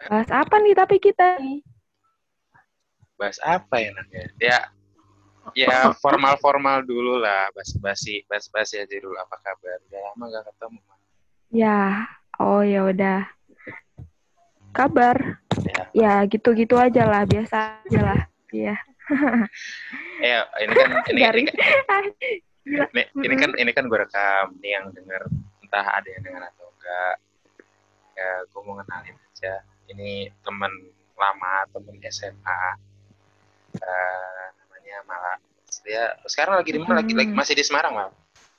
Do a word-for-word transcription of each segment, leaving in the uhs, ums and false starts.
Bahas apa nih tapi kita nih? Bahas apa ya namanya? Ya, ya formal-formal dulu lah, basi-basi, basi-basi aja dulu. Apa kabar? Udah lama gak ketemu. Ya, oh ya udah. Kabar? Ya, Ya gitu-gitu aja lah, biasa aja lah. Iya. eh ini kan ini ini Garing. kan Ah, gila. ini, ini Mm-mm. kan ini kan gue rekam nih yang denger, entah ada yang denger atau enggak. Ya, gue mau kenalin aja. Ini teman lama, temen S M A. Eh, namanya Mala. Dia sekarang lagi di mana? Lagi, lagi Mm-mm. masih di Semarang, Mal.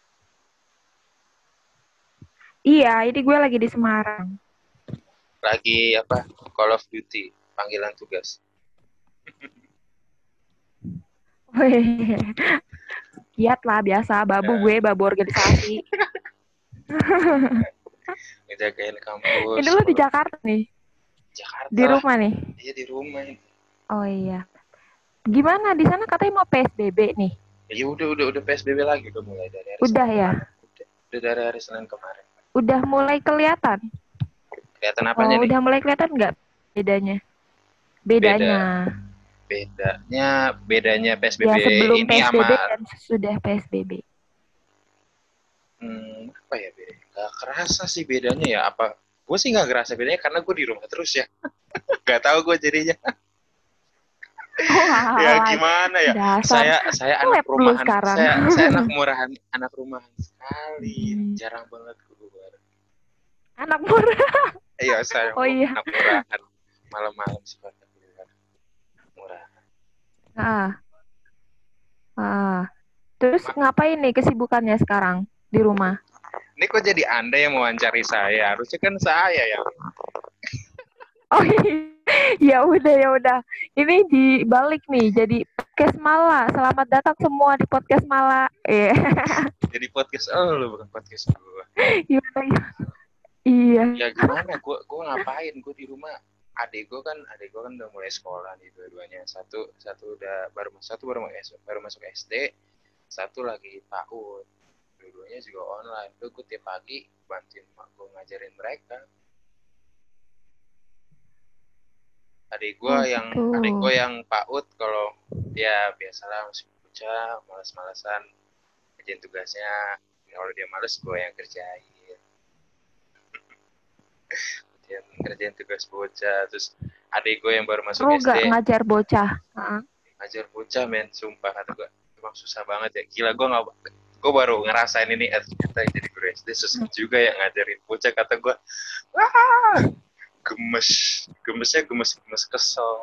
Iya, ini gue lagi di Semarang. Lagi apa? Call of Duty, panggilan tugas. Weh, giat lah biasa, babu gue, Eh, babu organisasi. ngejagain kampus Ini lu di kalau Jakarta nih, Jakarta di lah. rumah nih. Dia di rumah. Oh iya. Gimana di sana katanya mau P S B B nih? Ya udah udah udah P S B B lagi, udah mulai dari hari Udah Senin ya? kemarin. Udah, udah dari hari Senin kemarin. Udah mulai kelihatan? Kelihatan apanya Oh, nih? udah mulai kelihatan nggak bedanya? Beda Bedanya. bedanya bedanya P S B B Ya sebelum ini P S B B sama dan sesudah P S B B. hmm, apa ya beda? Gak kerasa sih bedanya ya apa? Gue sih nggak kerasa bedanya karena gue di rumah terus ya. Gak tahu gue jadinya. Oh, Ya alah, gimana ya? dasar Saya saya anak lab dulu rumahan. sekarang. Saya saya anak murahan, anak rumahan sekali. Hmm, Jarang banget keluar. anak murah. Iya, saya Oh iya. anak murahan. Malam-malam sih pada keluar. Murah. Ah, ah. Terus ngapain nih kesibukannya sekarang di rumah? Ini kok jadi Anda yang mewawancari saya? Harusnya kan saya yang. Oh iya. Ya udah ya udah. Ini dibalik nih jadi podcast Mala. Selamat datang semua di podcast Mala. Iya. Jadi podcast oh lu bukan podcast gue. Gimana? Iya. Ya gimana? Gue gue ngapain? Gue di rumah. Adik gue kan, adik gue kan udah mulai sekolah nih dua-duanya. Satu satu udah baru satu baru masuk baru masuk S D, satu lagi PAUD. Dua-duanya juga online. Gue gue tiap pagi bantuin mak gue ngajarin mereka. Adik gue Oh yang gitu. adik gue yang PAUD kalau dia biasalah masih bocah, malas-malasan kerjain tugasnya. Kalau dia males gue yang kerjain. Kerjain, kerjain tugas bocah. Terus adik gue yang baru masuk Seru gak S D ngajar bocah? Uh-uh. ngajar bocah men, sumpah kata gue emang susah banget ya, gila gue nggak gue baru ngerasain ini eh, ternyata jadi guru S D susah juga ya ngajarin bocah, kata gue wah gemes, gemesnya gemes gemes kesel.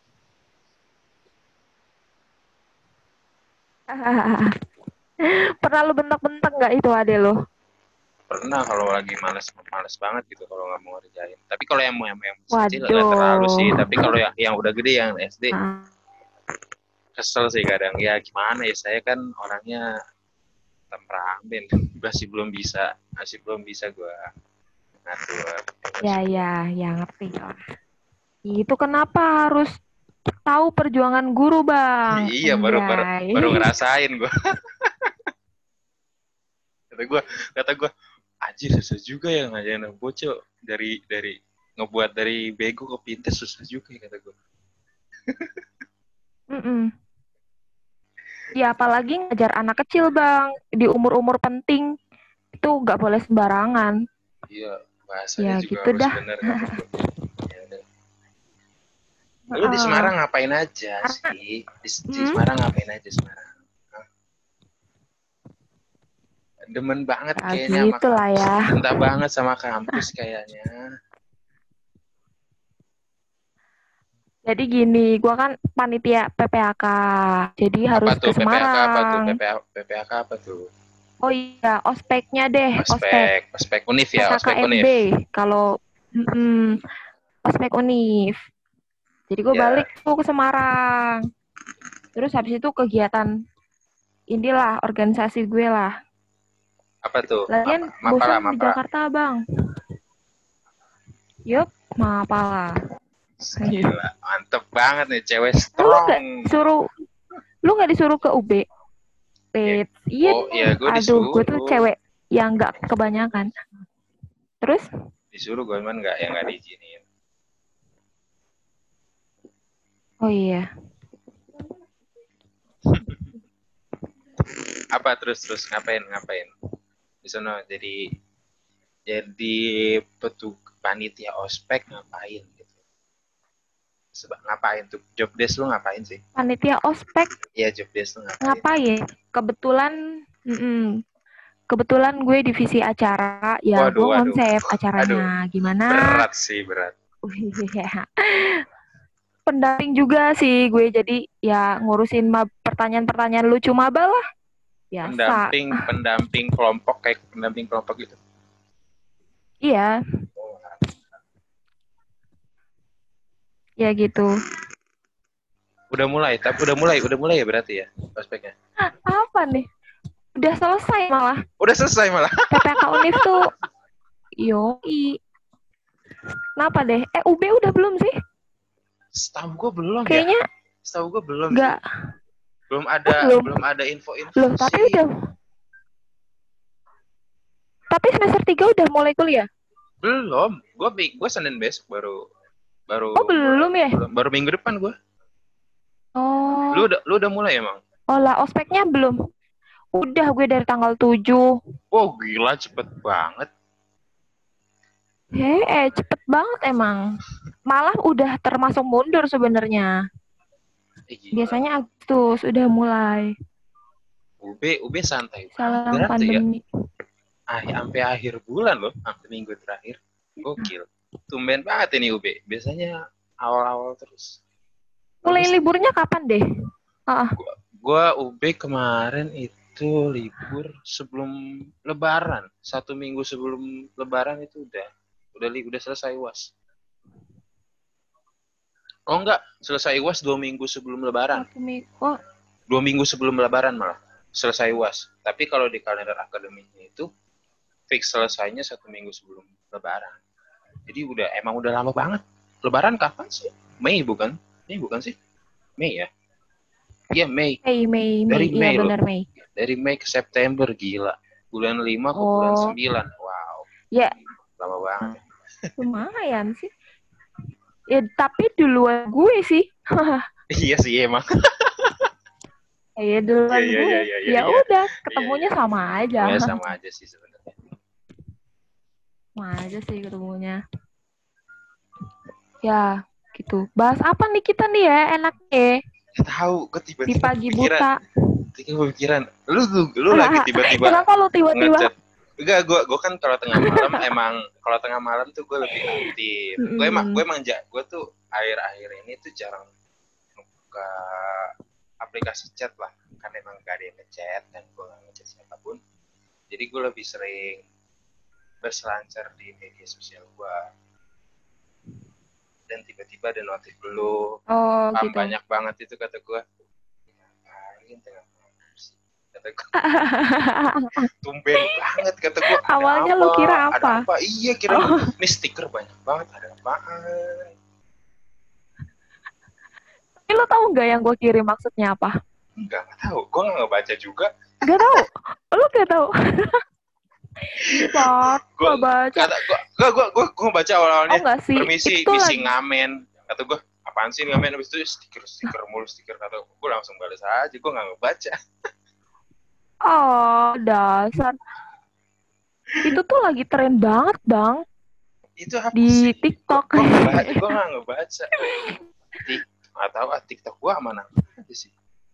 Pernah lu bentak-bentak nggak itu ade lo? Pernah kalau lagi males males banget gitu kalau nggak mau ngerjain, tapi kalau yang yang, yang masih kecil nggak terlalu Waduh. sih, tapi kalau yang yang udah gede yang S D Nah, kesel sih kadang, ya gimana ya, saya kan orangnya temperamen masih belum bisa masih belum bisa gue ngatur ya emosi gue. ya ya ngerti lah. Itu kenapa harus tahu perjuangan guru bang? Iya, baru baru Anjay. baru ngerasain gue. Kata gue, kata gue, anjir susah juga ya ngajarin anak bocil, dari dari ngebuat dari bego ke pintar susah juga ya kata gue. Mm-mm. Ya apalagi ngajar anak kecil bang di umur-umur penting itu nggak boleh sembarangan. Iya, bahasanya Ya juga gitu harus dah. benar kata gue. Ya, lu di Uh, Semarang ngapain aja karena sih? Di, di hmm, Semarang ngapain aja Semarang? Hah? Demen banget ya kayaknya sama gitulah kampus, ya. cinta banget sama kampus kayaknya. Jadi gini, gua kan panitia P P H K, jadi Apa harus ke tuh P P H K, apa tuh Semarang. P P H, P P H K apa tuh? Oh iya, ospeknya deh, ospek Ospek, ospek univ ya, ospek P K K M B. univ. Kalau mm, ospek univ. Jadi gue balik Ya, tuh ke Semarang. Terus habis itu kegiatan inilah organisasi gue lah. apa tuh? Lagian Mapa, mapala, bosan di mapala. Jakarta bang. Yup, mapalah. Gila, mantep banget nih, cewek Eh, lu strong. nggak disuruh, lu nggak disuruh ke U B? Ya, Pit. Iya oh dong. ya gue Aduh, gue tuh disuruh, cewek yang nggak kebanyakan. Terus, disuruh gue cuman nggak, ya nggak diizinin. Oh iya. Apa terus terus ngapain ngapain di sana jadi jadi petuk panitia ospek ngapain gitu? Sebab ngapain tuh job desk lu ngapain sih? Panitia ospek Iya job desk lu ngapain? ngapain? Kebetulan, mm-mm. kebetulan gue divisi acara, ya Waduh gue waduh, konsep aduh acaranya gimana. berat sih berat. Pendamping juga sih gue, jadi ya ngurusin mab- pertanyaan-pertanyaan lucu maba lah, biasa. Pendamping pendamping kelompok kayak pendamping kelompok gitu. Iya, ya gitu. Udah mulai, tapi udah mulai, udah mulai ya berarti ya ospeknya. Apa nih? Udah selesai malah. Udah selesai malah. P P K Univ tuh, yoi. Kenapa deh? Eh, U B udah belum sih? Setahu gue belum Kayaknya ya. Setahu gue belum nggak. sih. Belum ada Oh, belum. belum ada info-info Loh, tapi sih. udah. Tapi semester tiga udah mulai kuliah? Belum. Gue gue Senin besok baru baru Oh, belum ya? Belum, baru minggu depan gue. Oh. Lu udah lu udah mulai emang? Oh lah, ospeknya belum. Udah gue dari tanggal tujuh. Wow, gila cepet banget. Hei, eh, cepet banget emang. Malah udah termasuk mundur sebenarnya. Eh, gila. Biasanya Agustus udah mulai. U B U B santai banget Salah berarti ya. pandemi. Ah, sampai akhir bulan loh, sampai minggu terakhir. Gokil. Tumben banget ini U B. Biasanya awal-awal terus. Mulai Bagus. liburnya kapan deh? Ah, Gua, gua U B kemarin itu libur sebelum Lebaran. Satu minggu sebelum Lebaran itu udah udah udah selesai U A S. Oh enggak, selesai U A S dua minggu sebelum Lebaran. satu minggu. Oh, Dua minggu sebelum Lebaran malah selesai U A S. Tapi kalau di kalender akademiknya itu fix selesainya satu minggu sebelum Lebaran. Jadi udah emang udah lama banget. Lebaran kapan sih? Mei bukan? Mei bukan sih? Mei ya? Iya Mei. Mei, Mei, Mei. Dari Mei Iya loh. benar Mei. Dari Mei ke September, gila. Bulan lima ke bulan Oh, sembilan. Wow. ya Lama banget. lumayan sih. Ya, tapi duluan gue sih. Iya sih emang. Ya duluan Iya, iya, gue. iya, iya, Ya iya. udah, Iya, ketemunya iya. sama aja. Ya sama aja sih sebenarnya. Sama aja sih ketemunya. Ya, gitu. Bahas apa nih kita nih ya? Enaknya Tahu, gue di tiba-tiba pagi kepikiran. buta. Tiba-tiba kepikiran. Lu lu, lu lagi tiba-tiba Kenapa lu tiba-tiba? ngechat. Enggak, gue gue kan kalau tengah malam emang kalau tengah malam tuh gue lebih aktif. Gue emang gue emang gue tuh akhir-akhir ini tuh jarang buka aplikasi chat lah, kan emang gak ada yang ngechat dan gue gak ngechat siapapun. Jadi gue lebih sering berselancar di media sosial gue. Dan tiba-tiba ada notif dulu. Oh, Pam, gitu. banyak banget itu kata gue. Ngapain tengah malam sih? Kata gue. Tumben banget kata gue. Ada Awalnya apa? lu kira apa? Ada apa? Iya kira Oh. ini stiker banyak banget. Ada apaan? Tapi lu tahu nggak yang gue kirim maksudnya apa? Enggak, enggak tahu. Gue nggak ngebaca juga. Gak tahu. Lu gak tahu. Pak, Gue gak baca. kata gue, gue gue gue gue baca awal-awalnya. Oh enggak sih. Permisi, Itu misi lagi. ngamen. Kata gue, apaan sih ngamen? Habis itu stiker stiker mulu stiker. Kata gue, gue langsung balas aja. Gue nggak ngebaca. Oh, dasar. Itu tuh lagi tren banget, Bang. Itu apa Di sih? TikTok. Gue nggak baca. Gue nggak ngebaca. Nggak tahu ah TikTok gue mana aja sih.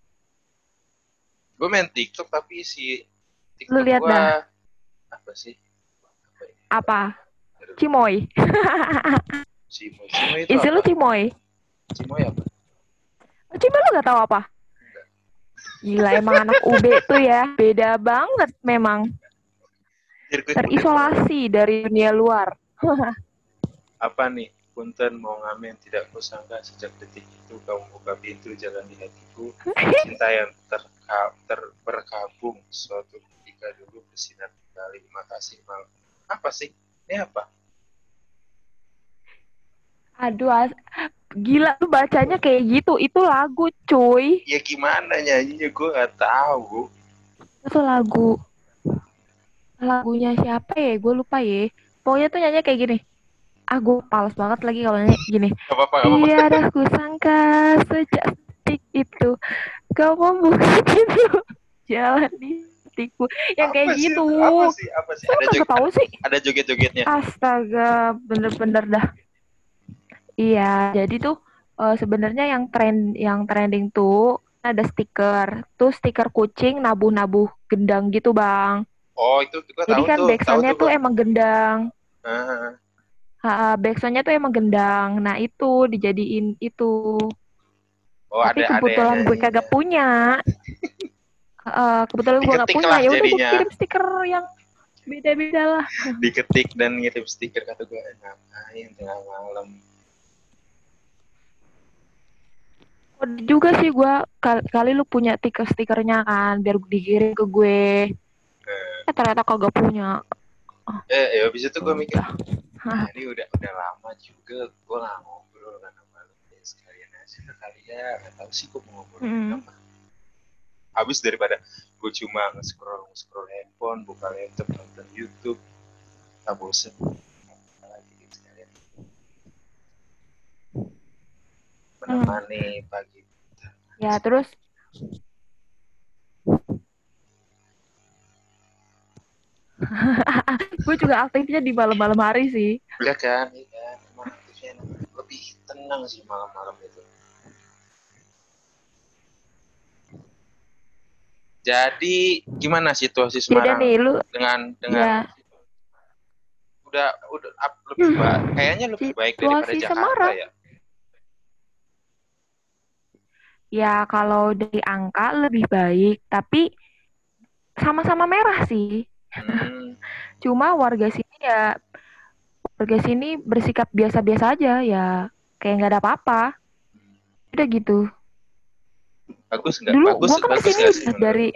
Gue main TikTok tapi si TikTok Lu lihat gue dah. apa sih? Apa? Cimoy. Cimoy. Cimoy itu Isi apa? lu Cimoy. Cimoy apa? Cimoy lu gak tahu apa? Gila, emang anak U B tuh ya. Beda banget memang. Terisolasi dari dunia luar. Apa nih? Punten mau ngamen, tidak kusangka sejak detik itu kamu buka pintu jalan di hatiku. Cinta yang terka, ter, berkabung suatu ketika dulu bersinar kembali. Makasih mal. Apa sih? Ini apa? Aduh, as- gila tuh bacanya kayak gitu. Itu lagu, cuy. Ya gimana nyanyinya gue nggak tahu. Itu lagu. Lagunya siapa ya? Gue lupa ya. Pokoknya tuh nyanyi kayak gini. Ah, gue pales banget lagi kalau nyanyi gini. Gak apa-apa, gak apa-apa. Tiada kusangka sejak detik itu kau membuka pintu jalan di hatiku. Yang kayak Apa sih gitu. itu? Apa sih? Apa sih? So, Ada kagak joget, tahu ada, sih. ada joget-jogetnya. Astaga, bener-bener dah. Iya, jadi tuh uh, sebenarnya yang trend yang trending tuh ada stiker. Tuh stiker kucing nabuh-nabuh gendang gitu, Bang. Oh, itu gue Jadi tahu kan tuh, tahu backsoundnya tuh tuh gue. emang gendang. Ah, Ha, backsoundnya tuh emang gendang. Nah itu dijadiin itu. oh, Tapi ada ada yang kebetulan gue nyanyinya. kagak punya. Uh, kebetulan gue nggak Diketik punya. lah Ya udah gue jadinya. kirim stiker yang beda-beda lah. Diketik dan ngirim stiker, kata gue. Ngapain tengah malam? Kode juga sih gue kali, kali lu punya stiker-stikernya kan biar dikirim ke gue. Eh, Eh ternyata kagak punya. Oh, eh ya habis itu gue mikir, udah. nah ini udah udah lama juga gue nggak ngobrol kan sama lu, ya sekalian aja kali ya, nggak tahu sih gue mau ngobrolin Mm. apa. Habis daripada gue cuma nge-scroll nge-scroll handphone, buka laptop, nonton YouTube, tak bosen. Lagi gitu sekalian Mm. menemani pagi. Ya terus gue juga aktifnya di malam-malam hari sih. Udah kan, iya kan, emang aktifnya lebih tenang sih malam-malam itu. Jadi gimana situasi Beda Semarang nih lu dengan dengan ya. udah udah up, lebih ba- Hmm, kayaknya lebih baik daripada situasi Jakarta Semarang. ya. Ya kalau dari angka lebih baik, tapi sama-sama merah sih. Hmm. Cuma warga sini ya, warga sini bersikap biasa-biasa aja ya, kayak nggak ada apa-apa. Udah gitu. Bagus nggak? Dulu Bagus gua kan bagus kesini nggak sih udah menurut dari lo?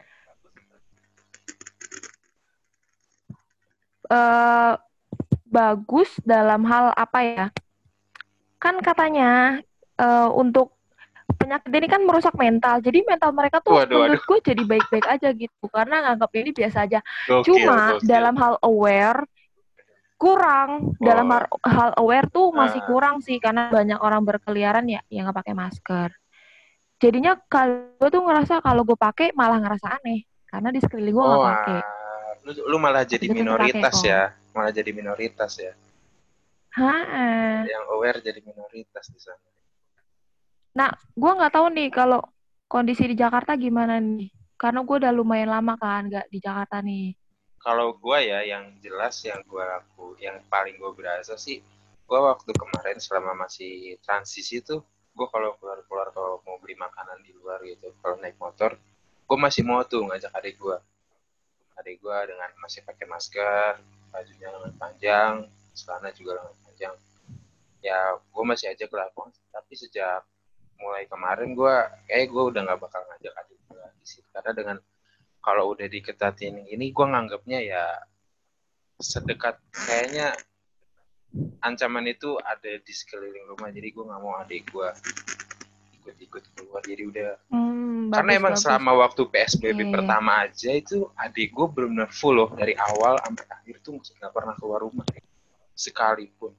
eh bagus dalam hal apa ya? Kan katanya eh, untuk penyakit ini kan merusak mental. Jadi mental mereka tuh Waduh, menurut waduh. gue jadi baik-baik aja gitu. Karena nganggap ini biasa aja. Gokil, Cuma gokil. dalam hal aware kurang. Dalam hal, Oh, hal aware tuh masih ah. kurang sih. Karena banyak orang berkeliaran ya yang nggak pakai masker. Jadinya kalau gue tuh ngerasa kalau gue pakai malah ngerasa aneh. Karena di sekeliling gue Oh, nggak pakai. ah. Lu, lu malah Tapi jadi gue tetap pakai minoritas kok. ya, malah jadi minoritas ya. Hah. Yang aware jadi minoritas di sana. Nah, gue nggak tahu nih kalau kondisi di Jakarta gimana nih. Karena gue udah lumayan lama kan nggak di Jakarta nih. Kalau gue ya, yang jelas yang gue laku, yang paling gue berasa sih, gue waktu kemarin selama masih transisi tuh, gue kalau keluar-keluar kalau mau beli makanan di luar gitu, kalau naik motor, gue masih mau tuh ngajak adik gue. Adik gue dengan masih pakai masker, bajunya lengan panjang, celana juga lengan panjang. Ya, gue masih ajak lah, tapi sejak mulai kemarin gue, kayak gue udah nggak bakal ngajak adik gue lagi sih, karena dengan kalau udah diketatin ini, gue nganggapnya ya sedekat kayaknya ancaman itu ada di sekeliling rumah, jadi gue nggak mau adik gue ikut-ikut keluar, jadi udah Hmm, karena bagus emang bagus. selama waktu P S B B Iya, iya. pertama aja itu adik gue benar-benar full loh, dari awal sampai akhir tuh nggak pernah keluar rumah sekalipun,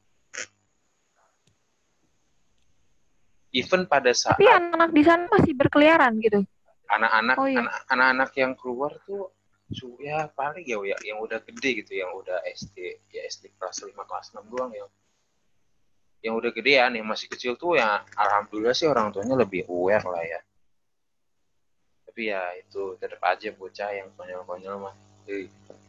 even pada Tapi saat anak-anak di sana masih berkeliaran gitu. anak-anak Oh iya. anak- anak-anak yang keluar tuh ya paling ya, ya yang udah gede gitu, yang udah S D, ya S D kelas lima kelas enam doang, yang yang udah gedean, yang masih kecil tuh ya alhamdulillah sih orang tuanya lebih aware lah ya. Tapi ya itu tetap aja bocah yang konyol-konyol mah. Hei.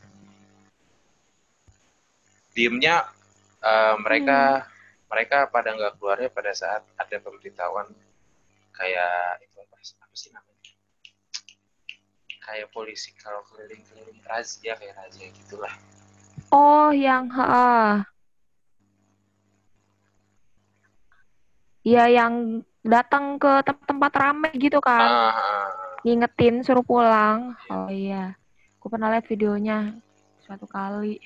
Diemnya uh, Hmm. mereka mereka pada nggak keluarnya pada saat ada pemberitahuan kayak itu apa, apa sih namanya? Kayak polisi kalau keliling-keliling razia, kayak razia gitulah. Oh, yang ha, ya yang datang ke tempat-tempat ramai gitu kan. Ah, Ngingetin suruh pulang. iya. Oh iya. Aku pernah lihat videonya suatu kali.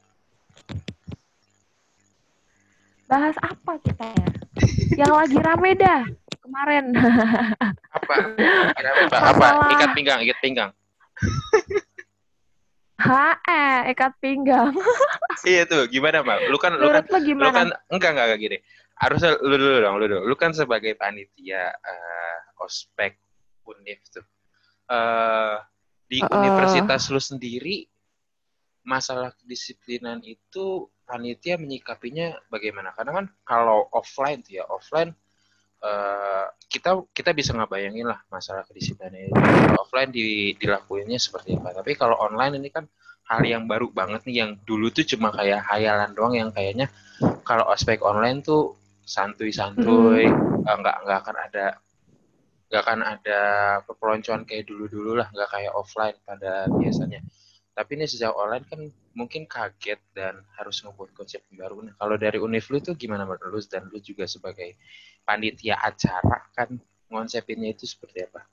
Bahas apa kita ya? Yang lagi rame dah kemarin. Apa? Kira apa? Apa? Ikat Masalah pinggang, ikat pinggang. Ha, eh, ikat pinggang. Iya tuh, gimana Mal? Lu kan, lu kan, Menurut lo lu kan, gimana? enggak enggak enggak gini. Harusnya lu dulu dong, lu dulu. Lu kan sebagai panitia eh, ospek univ tuh. Eh di Heeh. universitas lu sendiri, masalah kedisiplinan itu panitia menyikapinya bagaimana? Karena kan kalau offline tuh ya, offline eh, kita kita bisa ngebayangin lah masalah kedisiplinan itu kalau offline di, dilakuinnya seperti apa. Tapi kalau online ini kan hal yang baru banget nih yang dulu tuh cuma kayak hayalan doang yang kayaknya kalau ospek online tuh santuy-santuy Mm-mm. eh, nggak nggak akan ada nggak akan ada perpeloncoan kayak dulu-dulu lah nggak kayak offline pada biasanya. Tapi ini sejak online kan mungkin kaget dan harus ngebuat konsep baru. Nah, kalau dari Univ lu tuh gimana menurut lu dan lu juga sebagai panitia acara kan ngonsepinnya itu seperti apa?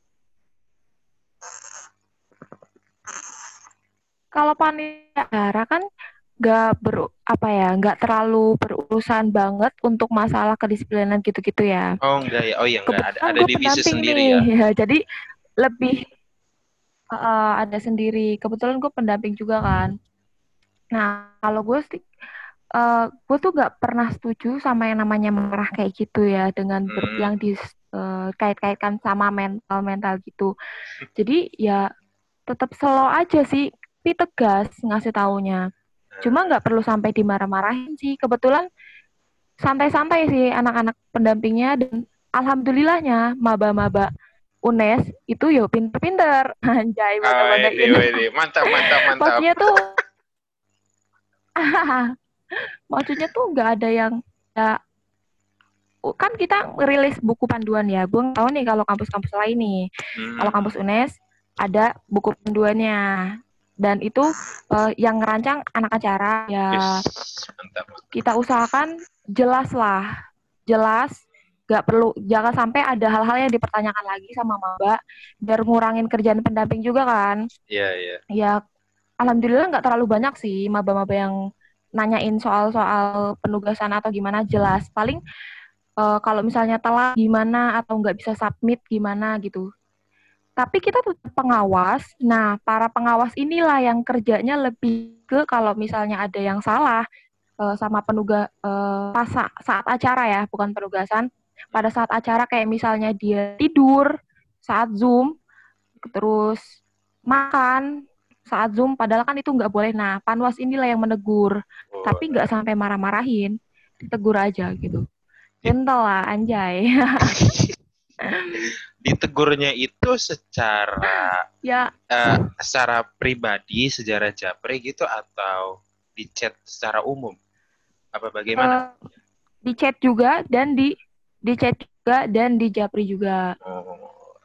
Kalau panitia acara kan nggak ber apa ya, nggak terlalu berurusan banget untuk masalah kedisiplinan gitu-gitu ya. Oh enggak ya, oh iya enggak ada Kebetulan ada gue divisi pendamping sendiri nih, ya. ya, jadi lebih uh, ada sendiri. Kebetulan gue pendamping juga kan. Nah, kalau gue sih, uh, gue tuh nggak pernah setuju sama yang namanya marah kayak gitu ya, dengan ber, Hmm, yang dikait-kaitkan sama mental-mental gitu. Jadi ya tetap slow aja sih, tapi tegas ngasih taunya. Cuma nggak perlu sampai dimarah-marahin sih. Kebetulan santai-santai sih anak-anak pendampingnya dan alhamdulillahnya maba-maba UNES itu yo pinter-pinter. Anjay, oh, ini, bangga-banggain. ini. Mantap, mantap, mantap. Maksudnya tuh maksudnya tuh nggak ada yang ya, kan kita rilis buku panduan ya. Gue nggak tahu nih kalau kampus-kampus lain nih. Kalau Hmm, kampus UNES ada buku panduannya. Dan itu eh, yang ngerancang anak acara ya, yes, mantap. kita usahakan jelas lah, jelas, gak perlu, jangan sampai ada hal-hal yang dipertanyakan lagi sama maba, biar ngurangin kerjaan pendamping juga kan. Iya, iya. Ya alhamdulillah nggak terlalu banyak sih maba-maba yang nanyain soal-soal penugasan atau gimana, jelas paling eh, kalau misalnya telat gimana atau nggak bisa submit gimana gitu. Tapi kita tetap pengawas. Nah, para pengawas inilah yang kerjanya lebih ke kalau misalnya ada yang salah uh, sama penugas uh, pas saat acara ya, bukan penugasan. Pada saat acara kayak misalnya dia tidur saat Zoom, terus makan saat Zoom, padahal kan itu nggak boleh. Nah, Panwas inilah yang menegur, Oh, tapi nggak sampai marah-marahin, ditegur aja gitu. Gentle lah, anjay. ditegurnya itu secara Ya, eh, secara pribadi, secara japri gitu atau di chat secara umum? Apa bagaimana? uh, di chat juga dan di di chat juga dan di Japri juga. Oh,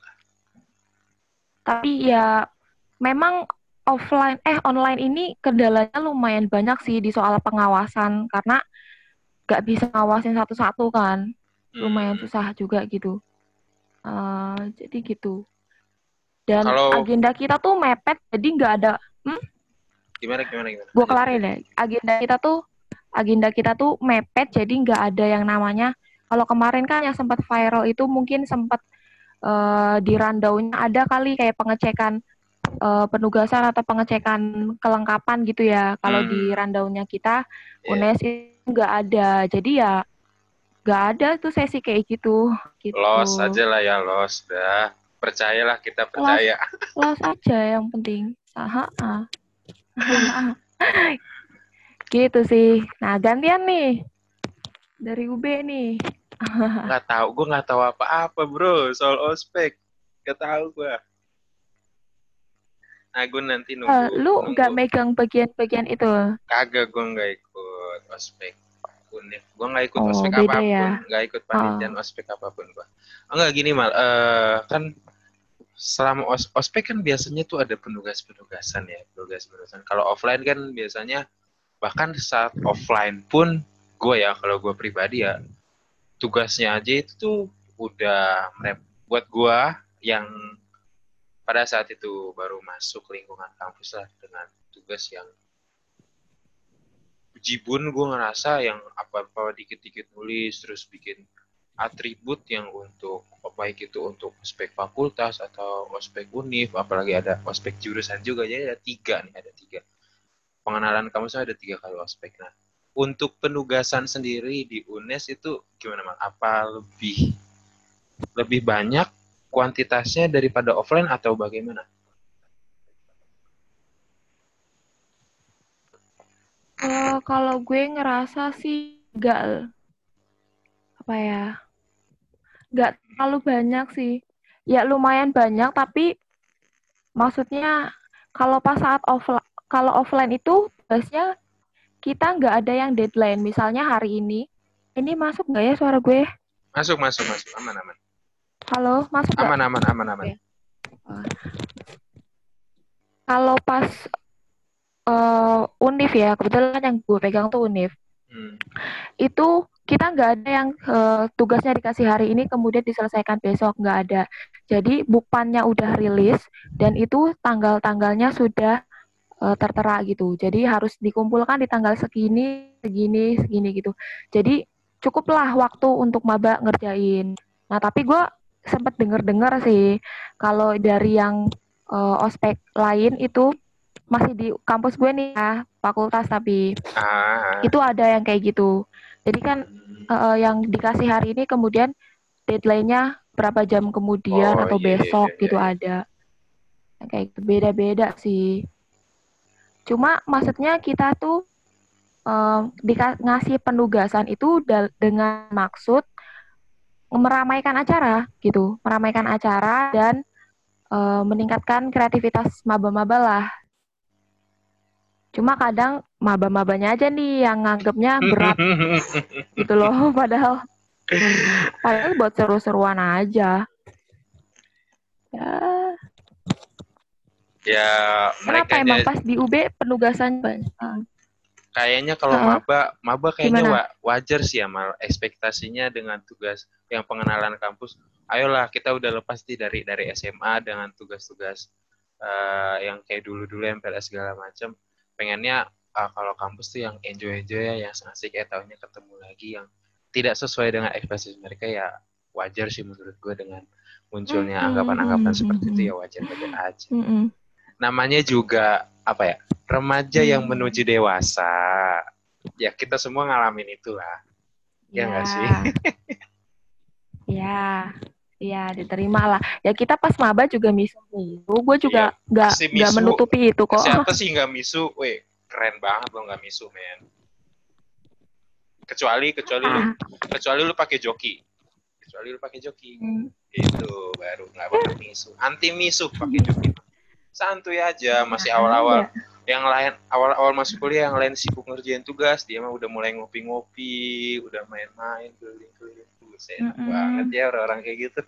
Tapi ya memang offline eh online ini kendalanya lumayan banyak sih di soal pengawasan karena nggak bisa ngawasin satu-satu kan, lumayan hmm. susah juga gitu. Uh, jadi gitu. Dan Kalau agenda kita tuh mepet, jadi nggak ada. Hmm, gimana gimana gimana? gue Lanjut kelarin lanjut. deh. Agenda kita tuh agenda kita tuh mepet, jadi nggak ada yang namanya. Kalau kemarin kan yang sempat viral itu mungkin sempat uh, di rundown-nya ada kali kayak pengecekan uh, penugasan atau pengecekan kelengkapan gitu ya. Kalau di Hmm, rundown-nya kita ya. UNES itu nggak ada. Jadi ya nggak ada tuh sesi kayak gitu. Los Gitu. aja lah ya los, dah. Percayalah kita Los percaya. los aja yang penting. Saha. Gitu sih. Nah, gantian nih dari U B nih. Nggak tahu, gue nggak tahu apa-apa bro soal ospek. Nggak tahu gue. Nah, gue nanti Uh, nunggu lu nggak nunggu. megang bagian-bagian itu? Kagak, gue nggak ikut ospek univ. Gue nggak ikut Oh, ospek beda ya. apapun, nggak ikut Oh. panitian ospek apapun gue. Oh, nggak gini mal, eh kan selama os ospek kan biasanya tuh ada penugas-penugasan ya, penugas-penugasan. Kalau offline kan biasanya bahkan saat offline pun gue ya kalau gue pribadi ya tugasnya aja itu tuh udah buat gue yang pada saat itu baru masuk lingkungan kampus lah dengan tugas yang bejibun gue ngerasa yang apa-apa dikit-dikit nulis terus bikin atribut yang untuk baik itu untuk ospek fakultas atau ospek univ, apalagi ada ospek jurusan juga, jadi ada tiga nih, ada tiga. Pengenalan kampus ada tiga kali ospek. Nah, untuk penugasan sendiri di U N E S itu gimana, Mas? Apa lebih lebih banyak kuantitasnya daripada offline atau bagaimana? Uh, kalau gue ngerasa sih enggak, apa ya, nggak terlalu banyak sih. Ya lumayan banyak, tapi maksudnya kalau pas saat offline, kalau offline itu biasanya kita nggak ada yang deadline. Misalnya hari ini, ini masuk nggak ya suara gue? Masuk, masuk, masuk. Aman, aman. Halo, masuk nggak? Aman, aman, aman, aman. Oke. Uh, Kalau pas uh, univ ya, kebetulan yang gue pegang tuh univ. Hmm. Itu kita nggak ada yang uh, tugasnya dikasih hari ini kemudian diselesaikan besok, nggak ada. Jadi bukpannya udah rilis dan itu tanggal-tanggalnya sudah uh, tertera gitu. Jadi harus dikumpulkan di tanggal segini, segini, segini gitu. Jadi cukuplah waktu untuk maba ngerjain. Nah tapi gue sempat denger-dengar sih kalau dari yang uh, ospek lain itu masih di kampus gue nih ya, fakultas tapi Ah. itu ada yang kayak gitu. Jadi kan uh, yang dikasih hari ini kemudian deadline-nya berapa jam kemudian Oh, atau iya, iya, iya, besok iya, gitu iya. ada. Kayak gitu, beda-beda sih. Cuma maksudnya kita tuh uh, ngasih penugasan itu dengan maksud meramaikan acara gitu, meramaikan acara dan uh, meningkatkan kreativitas maba-maba lah. Cuma kadang maba-mabanya aja nih yang nganggapnya berat gitu loh, padahal padahal buat seru-seruan aja. Ya. Ya, Kenapa mereka emang pas di U B penugasan banyak? kayaknya kalau Uh, maba, maba kayaknya gimana? wa, wajar sih ya, mal ekspektasinya dengan tugas yang pengenalan kampus. Ayolah kita udah lepas nih dari dari S M A dengan tugas-tugas uh, yang kayak dulu-dulu M P L S segala macam. Pengennya uh, kalau kampus tuh yang enjoy-enjoy ya, yang asik ya, tahunya ketemu lagi yang tidak sesuai dengan ekspektasi mereka. Ya wajar sih menurut gue dengan munculnya anggapan-anggapan seperti itu, ya wajar-wajar aja. Namanya juga apa ya, remaja yang menuju dewasa. Ya kita semua ngalamin itulah. Ya nggak Ya. sih? Ya. Ya, diterima lah. Ya kita pas maba juga misu misu. Gue juga nggak iya, nggak menutupi itu kok. Siapa sih nggak misu? Weh, keren banget lo nggak misu, men. Kecuali kecuali ah. lu kecuali lu pakai joki. Kecuali lu pakai joki. Hmm. Itu baru nggak bakal misu. Anti misu pakai joki. Santuy aja, masih awal-awal. Ya. Yang lain awal-awal masuk kuliah, yang lain sibuk ngerjain tugas, dia mah udah mulai ngopi-ngopi, udah main-main keliling-keliling. Buset, enak mm-hmm. banget ya orang-orang kayak gitu.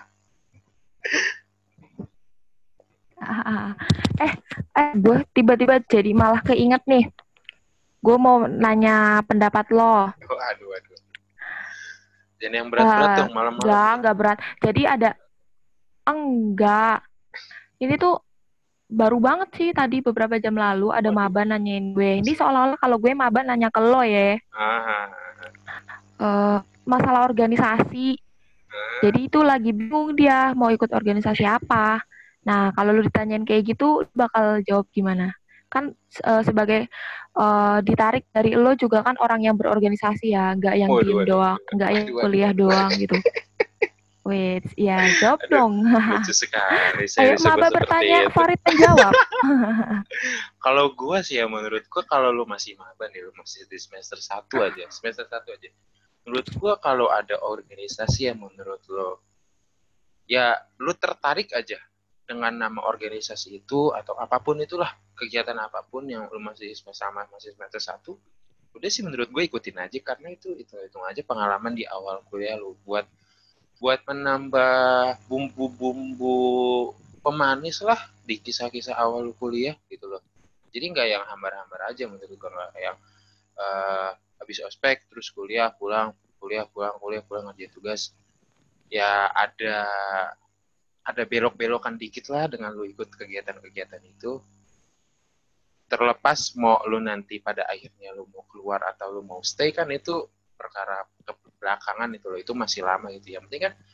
eh, eh, gue tiba-tiba jadi malah keinget nih. Gue mau nanya pendapat lo. Oh, aduh, aduh. Dan yang berat-berat uh, dong malam-malam. Enggak, enggak berat. Jadi ada, enggak. Ini tuh baru banget sih tadi beberapa jam lalu ada Waduh. maba nanyain gue. Ini seolah-olah kalau gue maba nanya ke lo ya. Ah. Uh, masalah organisasi. Ah. Jadi itu lagi bingung dia mau ikut organisasi apa. Nah kalau lu ditanyain kayak gitu bakal jawab gimana? Kan uh, sebagai uh, ditarik dari lo juga kan orang yang berorganisasi ya, nggak yang waduh, diem waduh, doang, waduh, nggak yang waduh, kuliah waduh. doang gitu. Wait, ya jawab Aduh, dong. Lucu sekali. Saya Ayo maba bertanya, itu. Farid menjawab. Kalau gue sih ya menurut gue kalau lu masih maba nih, lu masih di semester satu aja, semester satu aja. Menurut gue kalau ada organisasi yang menurut lo, ya lu tertarik aja dengan nama organisasi itu atau apapun itulah, kegiatan apapun yang lu masih sama masih semester satu, udah sih menurut gue ikutin aja karena itu itu hitung aja pengalaman di awal kuliah lu buat buat menambah bumbu-bumbu pemanis lah di kisah-kisah awal kuliah gitu loh. Jadi nggak yang hambar-hambar aja menurut gue, nggak yang uh, habis ospek terus kuliah pulang kuliah pulang kuliah pulang ngerjain tugas. Ya ada ada belok-belokan dikit lah dengan lu ikut kegiatan-kegiatan itu. Terlepas mau lu nanti pada akhirnya lu mau keluar atau lu mau stay kan itu perkara ke belakangan itu loh, itu masih lama gitu. Yang penting kan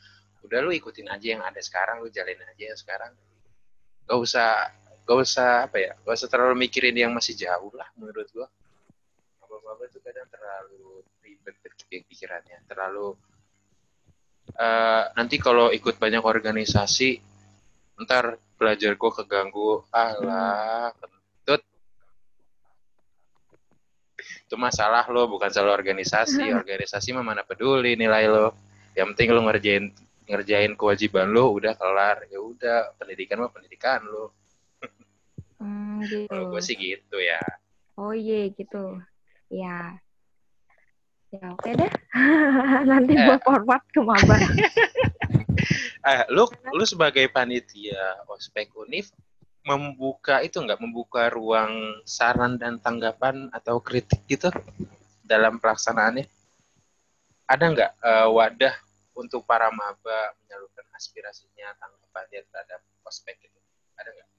udah lu ikutin aja yang ada sekarang, lu jalin aja yang sekarang. Gak usah, gak usah apa ya, gak usah terlalu mikirin yang masih jauh lah menurut gua. Apa-apa itu kadang terlalu ribet pikirannya, terlalu uh, nanti kalau ikut banyak organisasi, ntar belajar gua keganggu, alah, kentut. Itu masalah lo, bukan salah organisasi. Organisasi mah mana peduli nilai lo. Yang penting lo ngerjain ngerjain kewajiban lo, udah kelar. Ya udah, pendidikan mah pendidikan lo. Hmm, gitu. Kalau gue sih gitu ya. Oh iya gitu. Ya. Ya oke deh. Nanti Eh. gue forward ke maba. eh, lu lu sebagai panitia ospek Unif membuka itu nggak, membuka ruang saran dan tanggapan atau kritik gitu dalam pelaksanaannya? Ada nggak uh, wadah untuk para maba menyalurkan aspirasinya, tanggapannya terhadap ospek itu? Ada nggak?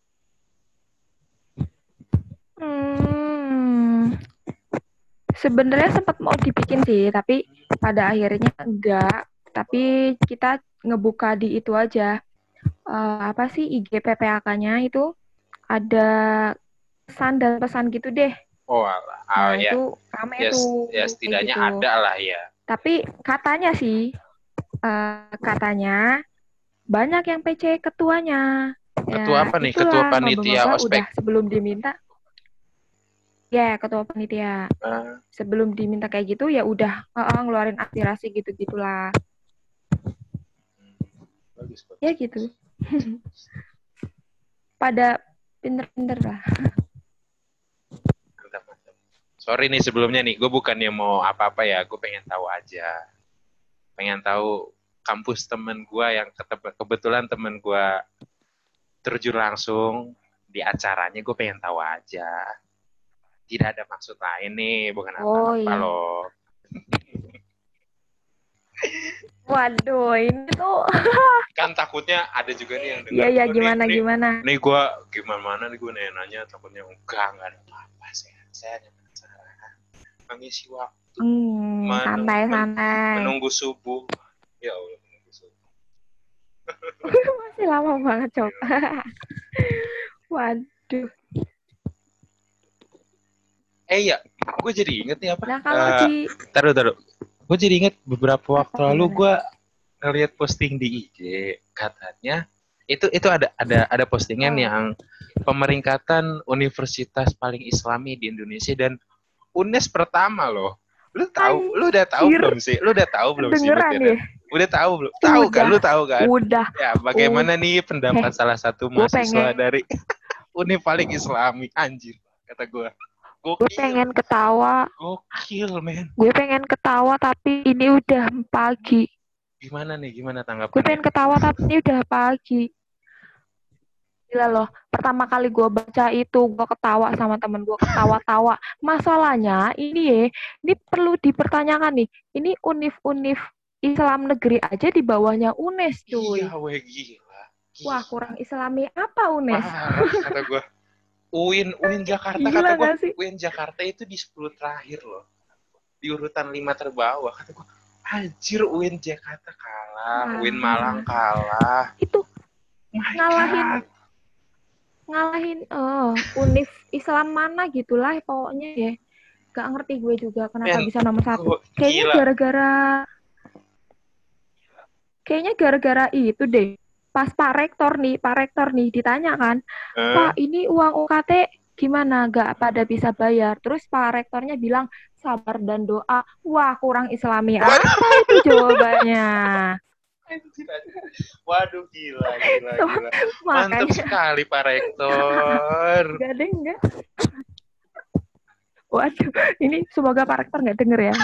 Hmm, sebenarnya sempat mau dibikin sih, tapi pada akhirnya enggak. Tapi kita ngebuka di itu aja. Uh, apa sih I G P P A K-nya itu ada pesan dan pesan gitu deh. Oh alah, Nah oh, ya. itu rame Ya, tuh. ya setidaknya gitu. ada lah ya. Tapi katanya sih, uh, katanya banyak yang P C ketuanya. Ketua Ya, apa nih? itulah, Ketua panitia maba-maba ospek? udah sebelum diminta. Ya, ketua panitia. Uh. Sebelum diminta kayak gitu, ya udah uh, ngeluarin aspirasi gitu-gitulah. Bagus, bagus. Ya gitu. Pada pinter-pinter lah. Mantap, mantap. Sorry nih sebelumnya nih, gue bukannya mau apa-apa ya, gue pengen tahu aja. Pengen tahu kampus temen gue yang kebetulan temen gue terjun langsung di acaranya, gue pengen tahu aja. Tidak ada maksud lain nih, bukan Oh, apa-apa iya. loh. Waduh, ini tuh. Kan takutnya ada juga nih yang dengar. Iya, iya, gimana, nih, gimana. Nih, nih gue gimana-mana nih gue nanya, takutnya enggak, enggak ada apa-apa. Saya, saya hanya penasaran. Mengisi waktu. Hmm, menung, santai, santai. Menunggu subuh. Ya Allah, menunggu subuh. Masih lama banget, Cok. Waduh. Eh ya, gue jadi inget nih apa? Nah, kalau uh, di... Taruh, taruh. Gue jadi inget beberapa waktu apa, lalu gimana? gue ngeliat posting di I G, katanya itu itu ada ada ada postingan oh. yang pemeringkatan universitas paling Islami di Indonesia dan U N E S pertama loh. Lu tahu? Lu udah tahu belum sih? Lu udah tahu belum sih? Dengeran ya? Udah tahu belum? Tahu kan? Lu tahu kan? Udah. Ya, bagaimana udah. nih pendapat Heh, salah satu mahasiswa pengen... dari U N I paling Islami? Anjir, kata gue. Gue pengen ketawa. Gokil, men. Gue pengen ketawa tapi ini udah pagi. Gimana nih? Gimana tanggapannya? Gue pengen ketawa tapi ini udah pagi. Gila loh, pertama kali gue baca itu, gue ketawa sama temen gue, ketawa-tawa. Masalahnya ini ya, ini perlu dipertanyakan nih. Ini univ-univ Islam negeri aja di bawahnya U N E S, cuy. Iya, weh, gila. gila. Wah, kurang Islami apa U N E S? Parah, kata gue. U I N, U I N Jakarta, gila kata gue. U I N Jakarta itu di sepuluh terakhir loh. Di urutan lima terbawah. Kata gue, anjir U I N Jakarta kalah, nah, U I N Malang kalah. Itu My ngalahin... God. ngalahin oh, univ Islam mana gitulah pokoknya ya. Gak ngerti gue juga kenapa Men, bisa nomor satu. gua, kayaknya gila. gara-gara kayaknya gara-gara itu deh. Pas Pak Rektor nih, Pak Rektor nih ditanya kan, uh. Pak ini uang U K T gimana? Gak pada bisa bayar. Terus Pak Rektornya bilang sabar dan doa. Wah, kurang Islami apa itu jawabannya? Waduh, gila, gila, gila. Mantap sekali Pak Rektor. Enggak deh, enggak. Waduh, ini semoga Pak Rektor nggak denger ya.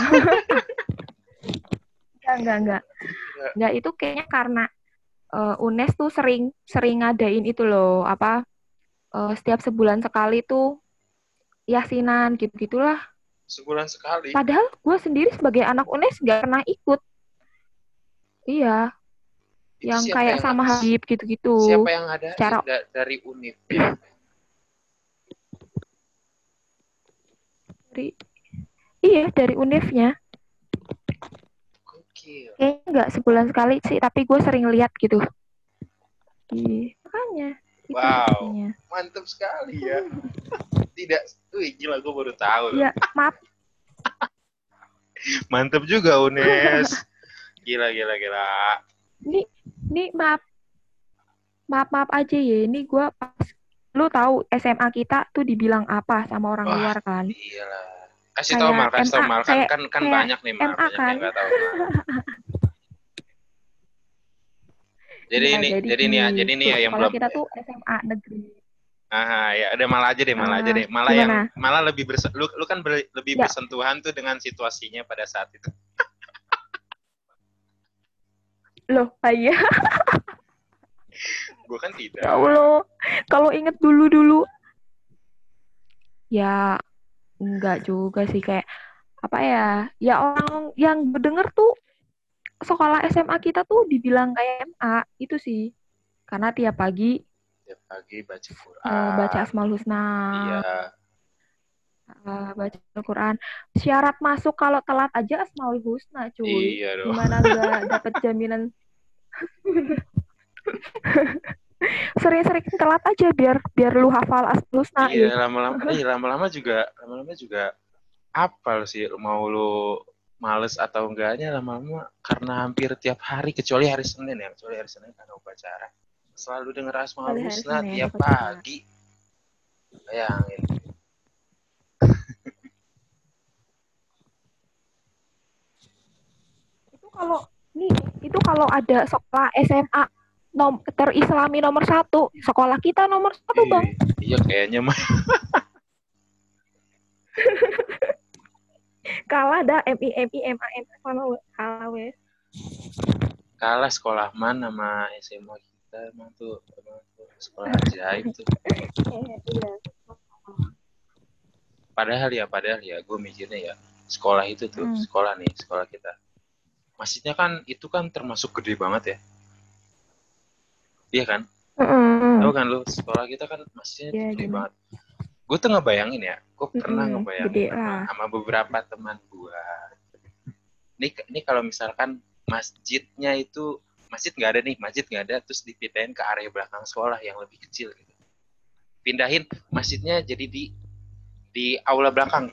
enggak, enggak, enggak. Enggak, itu kayaknya karena uh, U N E S tuh sering sering ngadain itu loh, apa, uh, setiap sebulan sekali tuh yasinan, gitu-gitulah. Sebulan sekali? Padahal gue sendiri sebagai anak U N E S nggak pernah ikut. Iya. Itu yang kayak yang sama Habib gitu-gitu. Siapa yang ada Cara... da- dari Univ? dari... Iya, dari Univnya. Gokil. Kayaknya nggak sebulan sekali sih, tapi gue sering lihat gitu. Ih, makanya itu Wow, buktinya. mantap sekali ya. Tidak, wih gila gue baru tahu loh. Ya, maaf. Mantap juga Unes. Gila, gila, gila. Ini, ini maaf, maaf, maaf aja ya. Ini gue pas, lu tahu S M A kita tuh dibilang apa sama orang Wah, luar kan? iyalah. Kasih tahu Kayak Mal, kasih tahu M A, Mal. Kan, kayak kan, kan kayak banyak nih Mal, M A banyak kan? yang nggak tahu Mal. Jadi Iya, ini, jadi jadi di ini ya, jadi ini ya yang sekolah belum. kita tuh S M A negeri. Ah, ya udah malah aja deh, malah aja Uh, deh. Malah yang gimana? malah lebih berse, lu, lu kan ber, lebih Ya, bersentuhan tuh dengan situasinya pada saat itu. loh, iya. Gue kan tidak. Ya Allah, kalau inget dulu-dulu, ya enggak juga sih kayak apa ya? Ya orang yang berdenger tuh sekolah S M A kita tuh dibilang kayak M A itu sih, karena tiap pagi Tiap pagi baca uh, baca Quran. Asmaul Husna, Iya. uh, baca Al-Quran. Syarat masuk kalau telat aja Asmaul Husna, cuy. Iya dong. Gimana nggak dapat jaminan? Sering-sering telat aja biar biar lu hafal Asmaul Husna Iya, ya. lama-lama eh lama-lama juga lama-lama juga apal sih mau lu males atau enggaknya lama-lama karena hampir tiap hari kecuali hari Senin ya, kecuali hari Senin karena upacara. Selalu denger Asmaul Kali hari Husna Senin tiap upacara. pagi. Bayangin. Itu kalau nih, itu kalau ada sekolah S M A nom terislami nomor satu, sekolah kita nomor satu bang. Ih, iya kayaknya mah. Kalah dah M I M I M A N sama kalah wes. Kalah sekolah mana sama S M A kita emang tuh, emang tuh sekolah ajaib tuh. Iya. Padahal ya, padahal ya, gue mikirnya ya sekolah itu tuh, Hmm. sekolah nih, sekolah kita. Masjidnya kan itu kan termasuk gede banget ya. Iya kan? Mm-mm. Tahu kan lu, sekolah kita kan masjidnya Ya, itu gede gimana? banget. Gue tuh ngebayangin ya, gue pernah Mm-mm. ngebayangin Gede sama, lah. sama beberapa teman gue. Ini, ini kalau misalkan masjidnya itu, masjid nggak ada nih, masjid nggak ada, terus dipindahin ke area belakang sekolah yang lebih kecil gitu. Pindahin masjidnya jadi di di aula belakang.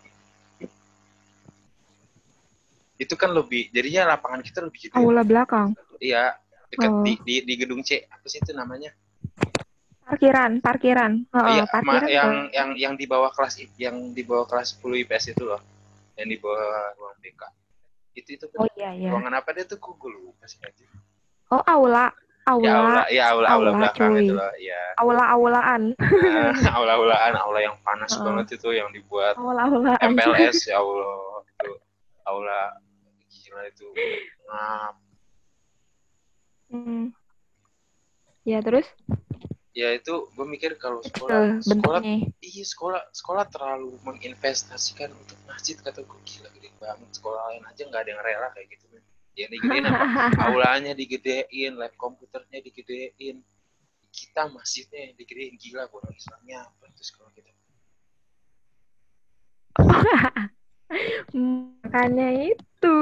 Itu kan lebih, jadinya lapangan kita lebih gede. Aula belakang. Iya, dekat Oh. di, di di gedung C, apa sih itu namanya? Parkiran, parkiran. Oh, Iya, parkiran yang ke... yang yang di bawah kelas yang di bawah kelas sepuluh I P S itu loh, yang di bawah ruang B K. Itu itu kan Oh iya ya. ruangan apa dia tuh, kok gue lupa sih aja. Oh aula, Ya aula, aula, ya aula aula aula belakang itu cuy. loh, ya. Aula-aulaan. Nah, aula-aulaan, aula yang panas Uh, banget itu yang dibuat aula-aulaan. M P L S, ya Allah, itu aula gila itu. Ngap. Hmm. Ya terus? Ya itu gue mikir kalau sekolah Tuh, sekolah bentuknya. iya sekolah sekolah terlalu menginvestasikan untuk masjid, kata gue gila gede banget, sekolah lain aja nggak ada yang rela kayak gitu men. Yang digedein apa, aulanya digedein, lab komputernya digedein, kita masjidnya yang digedein, gila gue Islamnya apa itu sekolah kita. Makanya itu.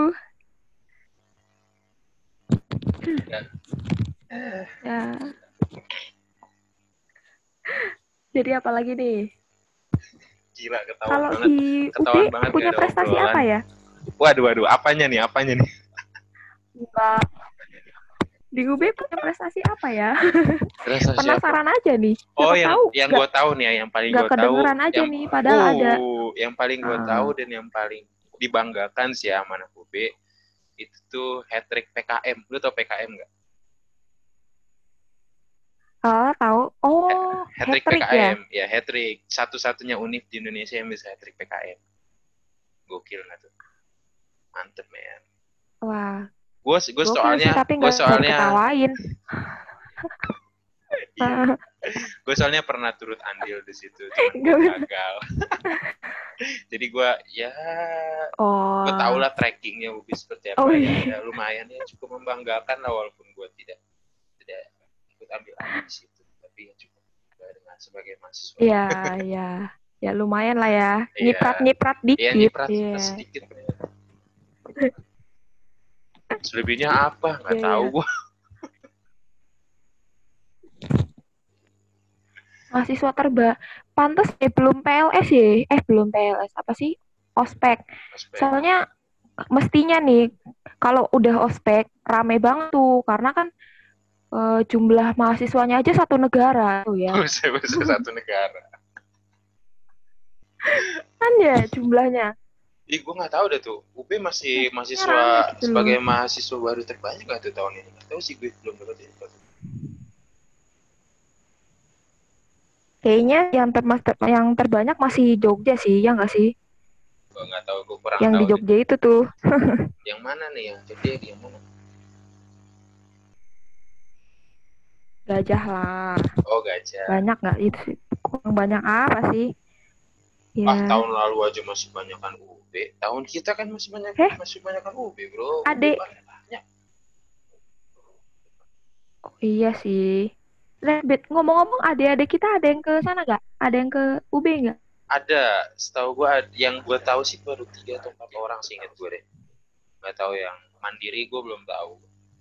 Ya. Ya. Jadi apa lagi nih? Gila ketahuan Kalau banget, di U B ketahuan banget punya gak ada prestasi obrolan. apa ya? Waduh waduh, apanya nih, apanya nih? Enggak. Di U B punya prestasi apa ya? Prestasi apa? Penasaran aja nih. Oh, Siapa yang tahu yang nggak gue tahu nih ya, yang paling nggak gue tahu, kedengeran aja yang nih, padahal uh, ada. yang paling gue Uh, tahu dan yang paling dibanggakan sih ya anak U B itu tuh hat trick P K M. Lu tau P K M nggak? oh, tahu. Oh, Hat trick hat-trick ya? P K M, ya hat trick. Satu-satunya univ di Indonesia yang bisa hat trick P K M. Gokil nggak tuh? Mantep men. Wah, Gue gue gokil sih soalnya tapi gue nggak bisa soalnya diketawain. iya. Gue soalnya pernah turut andil di situ, cuma gue gagal. Jadi gue ya Oh. gue tau lah trackingnya U B seperti apa. Oh, ya, iya. ya lumayan ya, cukup membanggakan lah walaupun gue tidak tidak ikut ambil andil di situ, tapi ya cukup dengan sebagai mahasiswa. Iya, iya. Ya lumayan lah ya. Nyiprat-nyiprat Iya, dikit. nyiprat Iya. sedikit. Selebihnya apa? Nggak Iya, tahu iya. gue. Mahasiswa terba pantas eh belum P L S ya. Eh belum P L S apa sih? Ospek. Aspek. Soalnya mestinya nih kalau udah ospek rame banget tuh karena kan eh, jumlah mahasiswanya aja satu negara tuh ya. Bisa-bisa satu negara. Kan ya jumlahnya. Ih, gue nggak tahu deh tuh. U B masih Mestinya rame mahasiswa gitu loh. sebagai mahasiswa baru terbanyak nggak tuh tahun ini? Nggak tahu sih, gue belum dapat info. Kayaknya yang ter yang terbanyak masih Jogja sih, ya nggak sih? Gue nggak tahu, gue kurang Yang di tahu deh. Jogja itu tuh. Yang mana nih yang jadi yang mana? Gajah lah. Oh, Gajah. Banyak nggak itu sih? Kurang banyak apa sih? Ah, Ya. tahun lalu aja masih banyakkan U B. Tahun kita kan masih banyak Eh, masih banyakkan U B, bro. U B adik. banyak. Oh, iya sih. Lebet ngomong-ngomong adik-adik kita ada yang ke sana nggak? Ada yang ke U B nggak? Ada, setahu gue yang gue tahu sih baru tiga atau empat orang sih, inget gue deh. Nggak tahu yang mandiri, gue belum tahu.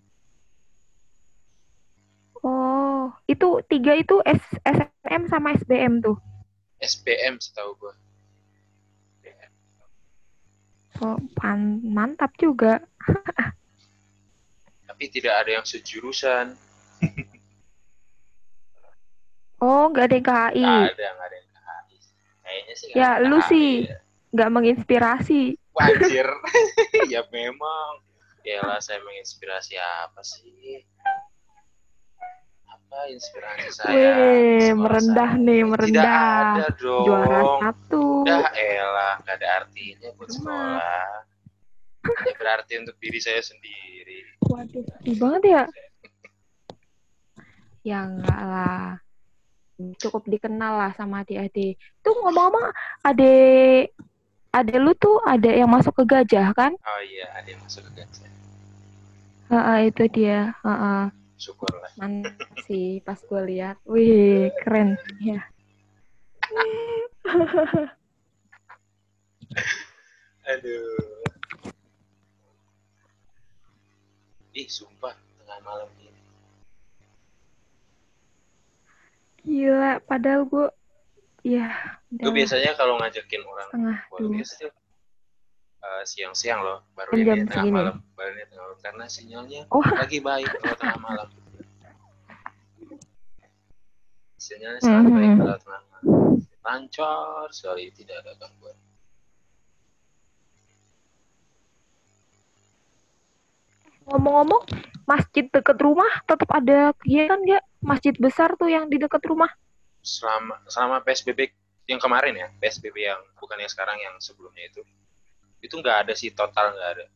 Oh, itu tiga itu S SNM sama S B M tuh. S B M setahu gue. Oh, pan mantap juga. Tapi tidak ada yang sejurusan. Oh, nggak ada yang K H I. Nggak ada, nggak ada yang K H I. Kayaknya sih nggak Ya, ada yang lu K H I sih ya. nggak menginspirasi. Wajir. Ya memang. Yalah, saya menginspirasi apa sih? Apa inspirasi saya? Weh, Sekolah merendah saya. nih, Tidak merendah. ada dong. Juara satu. Dah elah, nggak ada artinya buat Rumah. sekolah. Hanya berarti untuk diri saya sendiri. Waduh, sedih banget ya. Ya enggak lah. Cukup dikenal lah sama adik-adik. Tuh ngomong-ngomong, adik adik lu tuh ada yang masuk ke Gajah kan? Oh iya, ada yang masuk ke Gajah. Heeh, itu dia. Heeh. Syukurlah. Mantap sih pas gue lihat. Wih, keren ya. Aduh. Ih, sumpah, tengah malam ini. Gila, padahal gue ya Gue biasanya kalau ngajakin orang podcast tuh uh, siang-siang loh, baru Dan ini jam tengah segini. malam, baru ini tengah malam karena sinyalnya Oh. lagi baik kalau tengah malam. Sinyalnya sangat mm-hmm. baik kalau tengah malam, lancar sekali, tidak ada gangguan. Ngomong-ngomong, masjid dekat rumah tetap ada kegiatan nggak? Masjid besar tuh yang di dekat rumah? Selama selama P S B B yang kemarin ya, P S B B yang bukan yang sekarang, yang sebelumnya itu, itu nggak ada sih, total nggak ada.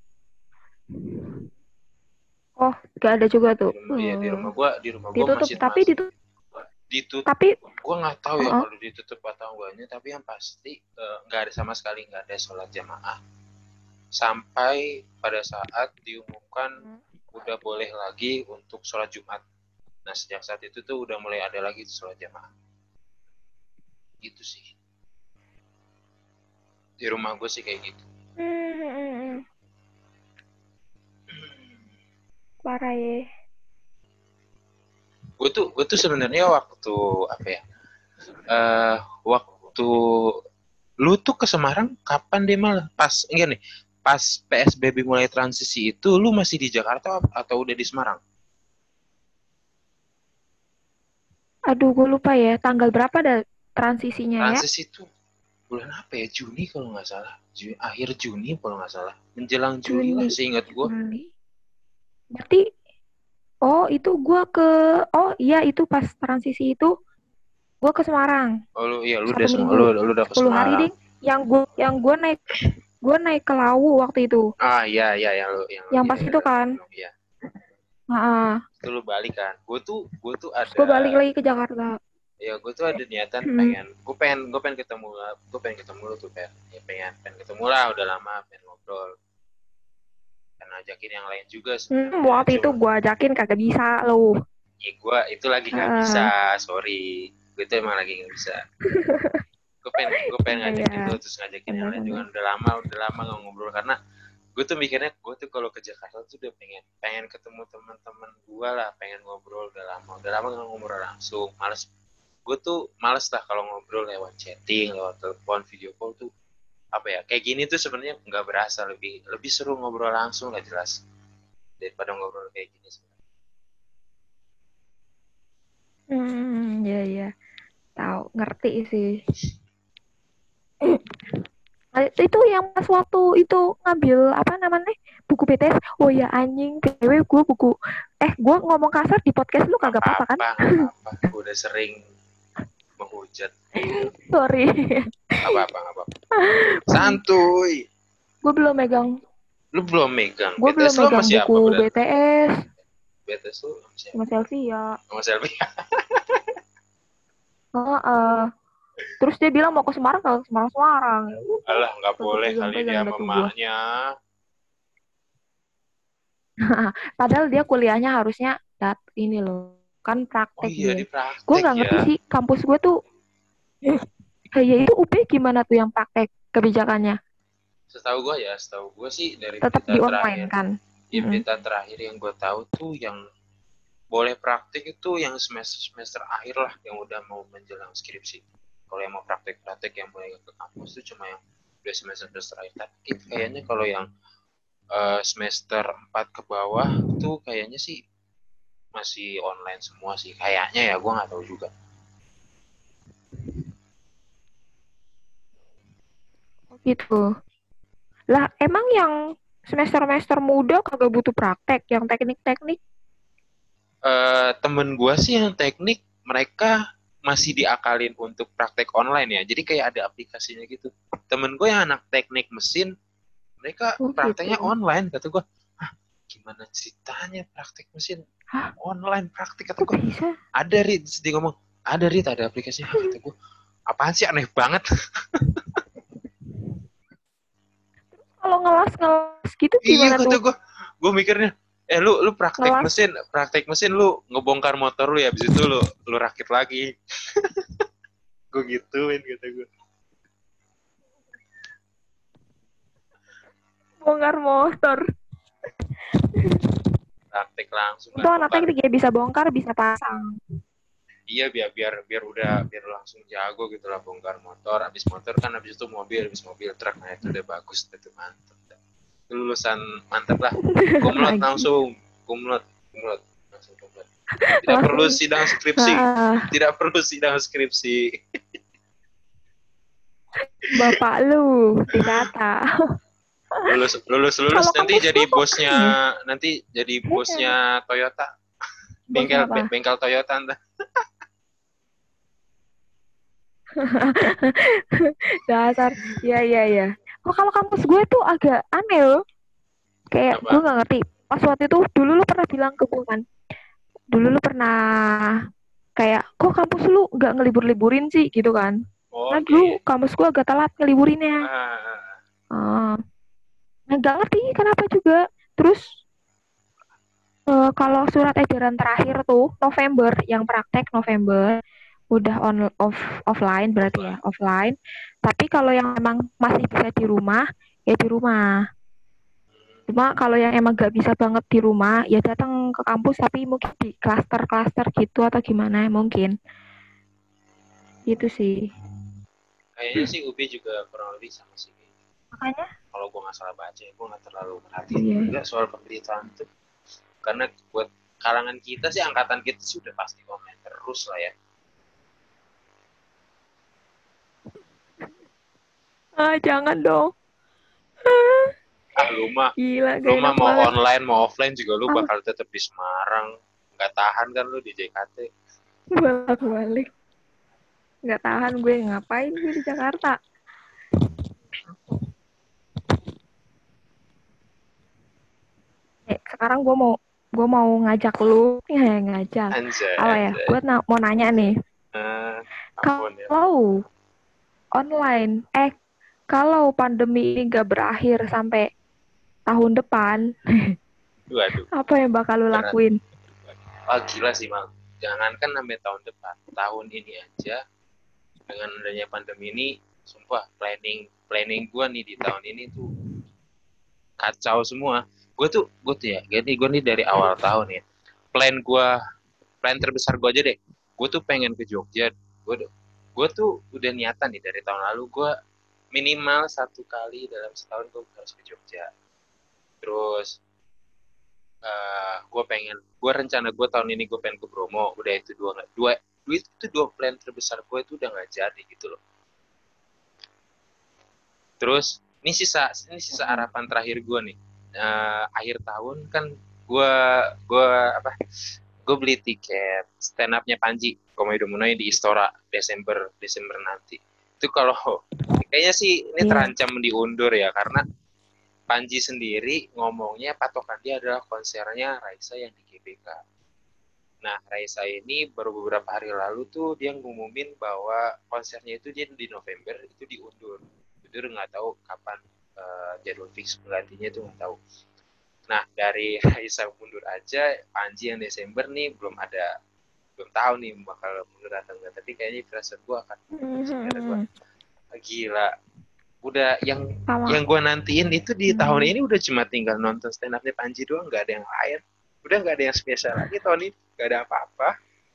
Oh, nggak ada juga tuh. Iya, di rumah gua, di rumah gua ditutup, masjid tapi masih ditutup. Ditutup. Tapi gua nggak tahu ya uh-uh. kalau ditutup atau enggaknya, tapi yang pasti nggak uh, ada sama sekali, nggak ada sholat jamaah sampai pada saat diumumkan hmm. udah boleh lagi untuk sholat Jumat. Nah, sejak saat itu tuh udah mulai ada lagi sholat jamaah. Gitu sih. Di rumah gue sih kayak gitu. Hmm. Parah ya. Gue tuh, gue tuh sebenarnya waktu apa ya? Uh, waktu lu tuh ke Semarang kapan deh malah? Pas enggak nih? Pas P S B B mulai transisi itu, lu masih di Jakarta atau udah di Semarang? Aduh, gue lupa ya. Tanggal berapa ada transisinya ya? Transisi itu bulan apa ya? Juni kalau nggak salah. Juni, akhir Juni kalau nggak salah. Menjelang Juli, Juni lah seingat gue. Juli. Berarti, oh itu gue ke, oh iya itu pas transisi itu, gue ke Semarang. Oh lu, iya lu udah semua, lu, lu udah ke Semarang. sepuluh hari ding. Yang gue, yang gue naik, gue naik ke Lawu waktu itu. Ah iya iya yang lu, yang, yang lu, pas iya, itu kan. Iya. Heeh. Itu lu balik kan? Gue tuh, gue tuh ada. Gue balik lagi ke Jakarta. Ya gue tuh ada niatan hmm. pengen, gue pengen, gue pengen ketemu lah, gue pengen ketemu lu tuh pengen, ya pengen, pengen ketemu lah, udah lama pengen ngobrol, pengen ajakin yang lain juga sebenarnya. Hmm, waktu Cuma, itu gue ajakin kagak bisa lo. Ya gue itu lagi nggak uh. bisa, sorry, gue tuh emang lagi nggak bisa. Gue pengen, gue pengen ngajakin yeah. lu terus ngajakin yang lain juga, udah lama, udah lama nggak ngobrol karena gue tuh mikirnya gue tuh kalau ke Jakarta tuh udah pengen pengen ketemu teman-teman gue lah, pengen ngobrol udah lama udah lama nggak ngobrol langsung, males gue tuh males lah kalau ngobrol lewat chatting, lewat telepon, video call tuh apa ya kayak gini tuh sebenarnya nggak berasa, lebih lebih seru ngobrol langsung nggak jelas daripada ngobrol kayak gini sebenarnya. Hmm, ya ya, tahu ngerti sih. Itu yang pas waktu itu ngambil apa namanya buku B T S. Oh ya anjing, dewe gue buku eh gue ngomong kasar di podcast lu Nggak kagak apa-apa kan? apa-apa nggak apa-apa, gue udah sering menghujat gitu. Sorry. Nggak apa-apa nggak apa-apa, santuy. Gue belum megang Lu belum megang gue belum B T S lu sama megang siapa buku berarti? B T S B T S lu sama siapa? sama Selvia. Sama Selvi. Heeh. Terus dia bilang mau ke Semarang, kalau ke Semarang Semarang. Alah nggak Kagak boleh kali pegang-pegang dia dah sama tuh gue. maknya. Padahal dia kuliahnya harusnya dat ini loh, kan Oh praktek iya dia. di Gue praktek nggak ngerti ya. sih kampus gue tuh kayak itu U P gimana tuh yang praktek kebijakannya? Setahu gue ya, setahu gue sih dari Tetap berita di online terakhir, kan? ya Mm-mm. berita terakhir yang gue tahu tuh yang boleh praktik itu yang semester semester akhir lah, yang udah mau menjelang skripsi. Kalau yang mau praktek-praktek yang mulai ke kampus itu cuma yang udah semester semester akhir. Tapi kayaknya kalau yang uh, semester empat ke bawah tuh kayaknya sih masih online semua sih. Kayaknya ya, gue nggak tahu juga. Gitu. Lah emang yang semester-semester muda kagak butuh praktek, yang teknik-teknik? Uh, temen gue sih yang teknik, mereka masih diakalin untuk praktek online ya. Jadi kayak ada aplikasinya gitu. Temen gue yang anak teknik mesin, mereka Oh gitu. prakteknya online. Kata gue, ah gimana ceritanya praktek mesin Hah? online praktek? Kata Kok gue, bisa? ada Rit. Dia ngomong, ada Rit, ada aplikasinya. Kata gue, apaan sih, aneh banget. Kalau ngelas-ngelas gitu Iya gimana kata tuh? gue, gue mikirnya, eh lu lu praktek Ngelas. mesin, praktek mesin lu ngebongkar motor lu ya, abis itu lu lu rakit lagi. Gue gituin kata gue. Bongkar motor. Praktek langsung kan Untung anak bongkar. teknik ya bisa bongkar, bisa pasang. Iya biar biar biar udah biar langsung jago gitu lah bongkar motor. Abis motor kan abis itu mobil, abis mobil truk, nah itu udah bagus, itu mantep. Itu lulusan mantep lah. Kumlot Lagi. langsung, kumlot, kumlot langsung kumlot. Tidak perlu Langsung. sidang skripsi, Ah, tidak perlu sidang skripsi. bapak lu dikata. Lulus lulus lulus Kalau nanti kampus jadi lu kok bosnya, keren ya? nanti jadi Heeh. bosnya Toyota, Bosnya bengkel apa? bengkel Toyota entah. Dasar. Ya, ya, ya. Oh, kalau kampus gue tuh agak aneh loh. Kayak gue Apa? nggak ngerti. Pas waktu itu dulu lu pernah bilang ke gue kan. Dulu lu pernah kayak, kok kampus lu nggak ngelibur-liburin sih gitu kan? Oh Nah iya dulu iya. kampus gue agak telat ngeliburinnya. Ah, Oh, nggak ngerti kenapa juga. Terus eh, kalau surat edaran terakhir tuh November, yang praktek November, udah on off offline berarti ya offline. offline. Tapi kalau yang emang masih bisa di rumah ya di rumah. Cuma kalau yang emang gak bisa banget di rumah ya datang ke kampus tapi mungkin di klaster-klaster gitu atau gimana mungkin. Itu sih. Kayaknya sih U B juga kurang lebih sama sih. Makanya Kalau gue nggak salah baca, gue nggak terlalu perhatiin iya. juga soal pemberitaan itu. Karena buat kalangan kita sih, angkatan kita sih udah pasti online terus lah ya. Ah, jangan dong. Ah lu mah, Gila, lu gak mah enak mau banget. online mau offline juga lu Apa? bakal tetap di Semarang. Nggak tahan kan lu di J K T. Bolak-balik. Gak tahan gue, ngapain gue di Jakarta. Eh, sekarang gue mau gue mau ngajak lu, ya ngajak. Anjay, Apa ya? anjay. Gue na- mau nanya nih. Uh, ampun ya. Kalau online, eh kalau pandemi ini gak berakhir sampai tahun depan, Waduh, apa yang bakal lu berat. lakuin? Ah gila sih mal. Jangankan sampai tahun depan, tahun ini aja dengan adanya pandemi ini, sumpah planning planning gue nih di tahun ini tuh kacau semua. Gue tuh gue tuh ya gini, gue nih dari awal tahun ya, plan gue plan terbesar gue aja deh, gue tuh pengen ke Jogja. Gue gue tuh udah niatan nih dari tahun lalu, gue minimal satu kali dalam setahun gue harus ke Jogja. Terus uh, gue pengen gue rencana gue tahun ini gue pengen ke Bromo. Udah itu dua dua duit itu dua plan terbesar gue itu udah nggak jadi gitu loh. Terus ini sisa ini sisa harapan terakhir gue nih. Uh, akhir tahun kan gue gue apa gue beli tiket stand up-nya Panji Komedo Munai di Istora Desember Desember nanti. Itu kalau kayaknya sih ini Iya. terancam diundur ya, karena Panji sendiri ngomongnya patokan dia adalah konsernya Raisa yang di G B K. Nah, Raisa ini baru beberapa hari lalu tuh dia ngumumin bahwa konsernya itu dia di November itu diundur. Diundur nggak tahu kapan uh, jadwal fix penggantinya itu nggak tahu. Nah, dari Raisa mundur aja, Panji yang Desember nih belum ada, belum tahu nih bakal mundur atau enggak. Tapi kayaknya firasat gue akan mundur. Gua. Gila. Udah yang Sama. yang gue nantiin itu di hmm. tahun ini udah cuma tinggal nonton stand up-nya Panji doang, nggak ada yang lain. Udah nggak ada yang spesial lagi tahun ini, nggak ada apa-apa.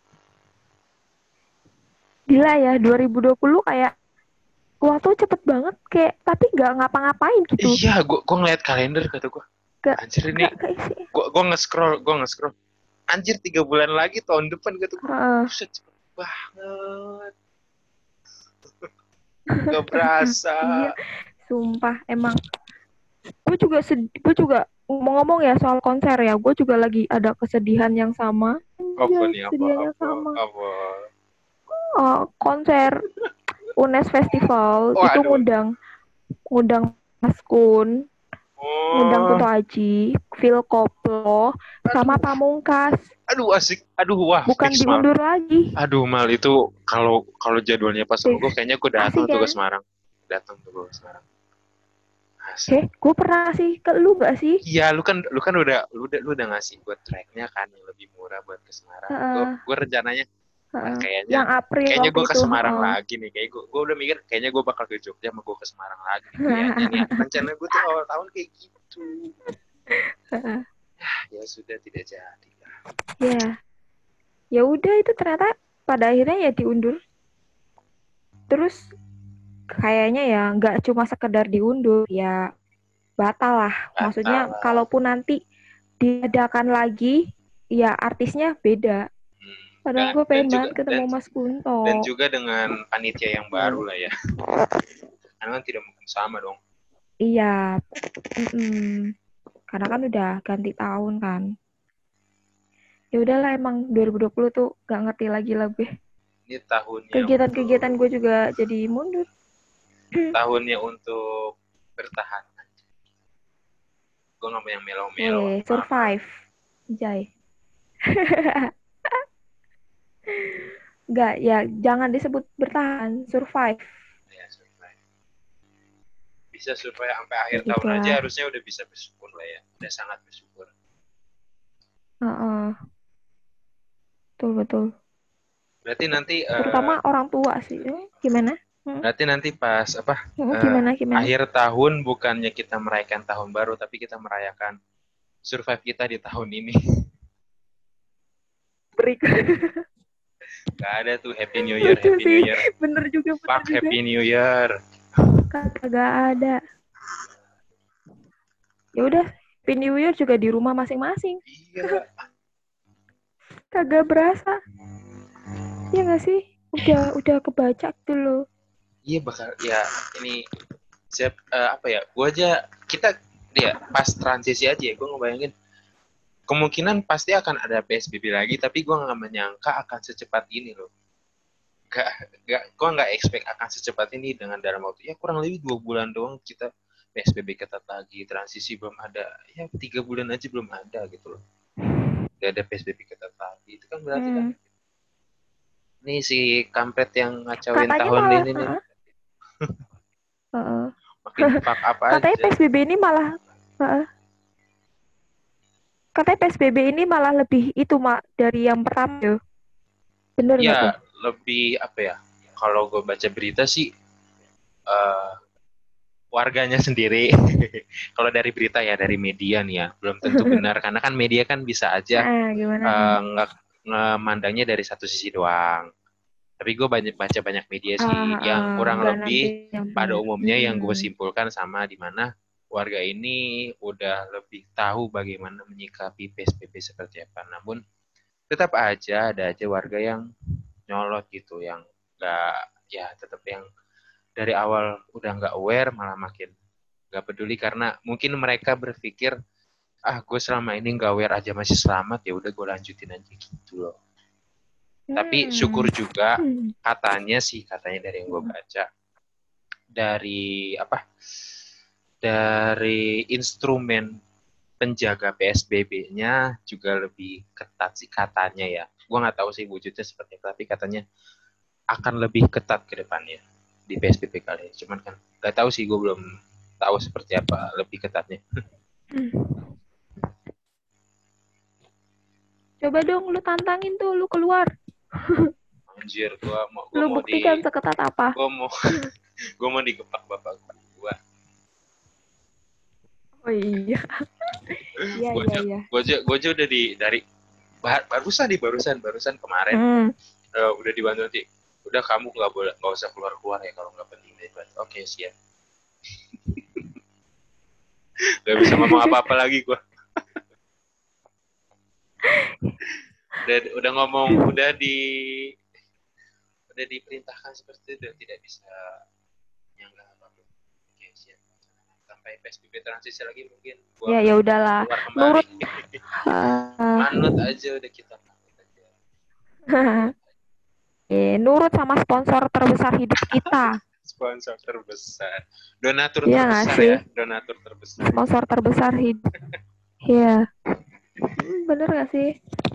Gila ya, dua ribu dua puluh kayak waktu cepet banget, kayak tapi nggak ngapa-ngapain gitu. Iya, gue gue ngeliat kalender kata gue, anjir ini, gue gue nge-scroll, gue nge-scroll, anjir tiga bulan lagi tahun depan kata gue, uh. Buset, cepet banget. Gak berasa. Iya, sumpah emang. Gue juga sedih, gue juga ngomong-ngomong ya soal konser ya, gue juga lagi ada kesedihan yang sama. Apa nih? Apa? Apa? Sama. Apa? Oh, konser U N E S Festival oh, itu aduh. ngundang, ngundang Mas Kun, oh. ngundang Kunto Aji, Phil Koplo, aduh. sama Pamungkas. Aduh asik, aduh wah. Bukan diundur mal. lagi. Aduh Mal, itu kalau kalau jadwalnya pas sama gue, kayaknya gue datang tuh ke Semarang, datang tuh gue ke Semarang. Eh, gue pernah sih ke lu gak sih? Iya, lu kan lu kan udah lu udah lu udah ngasih buat tracknya kan yang lebih murah buat ke Semarang. Uh, gue gue rencananya uh, kayaknya yang April kayaknya gue ke itu, Semarang uh. lagi nih. Kayak gue gue udah mikir kayaknya gue bakal ke Jogja, sama gue ke Semarang lagi. Kayaknya nih rencana gue tuh awal tahun kayak gitu. Uh. Ya sudah tidak jadi. Ya. Ya udah itu ternyata pada akhirnya ya diundur. Terus kayaknya ya nggak cuma sekedar diundur, ya batal lah. Batal Maksudnya lah. Kalaupun nanti diadakan lagi, ya artisnya beda. Hmm. Padahal gue pengen banget ketemu dan, Mas Kunto. Dan juga dengan panitia yang baru lah ya. Karena kan tidak mungkin sama dong. Iya. Mm-mm. Karena kan udah ganti tahun kan. Ya udahlah, emang dua ribu dua puluh tuh gak ngerti lagi lah gue. Ini tahunnya kegiatan-kegiatan gue juga jadi mundur. Tahunnya untuk bertahan. Gue gak mau yang melo-melo. Eh, survive. Jai. Gak, ya jangan disebut bertahan. Survive. Ya, survive. Bisa survive sampai akhir gitu tahun lah. Aja harusnya udah bisa bersyukur lah ya. Udah sangat bersyukur. Uh-uh. Betul-betul. Berarti nanti terutama uh, orang tua sih. Gimana? Hmm? Berarti nanti pas apa? Hmm, gimana, gimana? Uh, akhir tahun bukannya kita merayakan tahun baru, tapi kita merayakan survive kita di tahun ini. Break. Gak ada tuh Happy New Year, Happy New Year. Bener juga, bener Pak, juga. Happy New Year. Kagak ada. Ya udah, Happy New Year juga di rumah masing-masing. Iya. Kagak berasa. Iya nggak sih? Udah udah kebaca dulu. Iya bakal ya ini siap uh, apa ya? Gua aja kita dia pas transisi aja ya. Gue ngebayangin kemungkinan pasti akan ada P S B B lagi, tapi gue nggak menyangka akan secepat ini loh. Gak gak gue nggak expect akan secepat ini dengan dalam waktu ya kurang lebih dua bulan doang kita P S B B ketat lagi, transisi belum ada, ya tiga bulan aja belum ada gitu loh. Gak ada P S B B ketat lagi, itu kan berarti hmm. kan ini si kampret yang ngacauin katanya tahun malah, ini nih. Uh-uh. Makin fuck apa aja. Katanya P S B B ini malah uh-uh. Katanya P S B B ini malah lebih itu mak dari yang pertama ya. Bener nggak ya, lebih apa ya? Kalau gue baca berita sih uh, warganya sendiri. Kalau dari berita ya, dari media nih ya, belum tentu benar karena kan media kan bisa aja Ah, gimana nih? uh, nge ngemandangnya dari satu sisi doang. Tapi gue banyak baca banyak media Ah, sih yang ah, kurang nggak nanti lebih yang pada benar. umumnya yang gue Hmm. simpulkan sama di mana warga ini udah lebih tahu bagaimana menyikapi P S B B seperti apa. Namun tetap aja ada aja warga yang nyolot gitu, yang nggak, ya tetap yang dari awal udah nggak aware malah makin nggak peduli karena mungkin mereka berpikir ah gue selama ini nggak aware aja masih selamat, ya udah gue lanjutin aja gitu loh. Tapi Hmm. syukur juga Hmm. katanya sih, katanya dari yang gue baca, dari apa, dari instrumen penjaga P S B B-nya juga lebih ketat sih katanya ya. Gue nggak tahu sih wujudnya seperti apa, tapi katanya akan lebih ketat ke depannya di P S B B kali ini. Cuman kan nggak tahu sih, gue belum tahu seperti apa lebih ketatnya. Hmm. Coba dong lu tantangin tuh, lu keluar. Anjir, gue mau gue Lu mau di buktikan seketat apa. gue mau gue mau digepak bapak gue. Oh iya. Iya, Gue iya, aja iya. gue aja gue aja udah di dari barusan di barusan barusan kemarin Hmm. uh, udah dibantu nanti. Udah kamu nggak boleh, nggak usah keluar keluar ya kalau nggak penting deh. Oke siap. Gak bisa ngomong apa-apa lagi gue. Udah udah ngomong, udah di udah diperintahkan seperti itu, tidak bisa nyanggah apapun. Oke siap. Sampai P S B B transisi lagi mungkin gue Ya, akan ya udahlah. keluar kembali. Nurut. Uh, Manut aja udah, kita manut aja. eh, nurut sama sponsor terbesar hidup kita. Sponsor terbesar, donatur Iya nggak terbesar sih? ya, donatur terbesar. Sponsor terbesar hidup. Iya. Hmm, bener gak sih?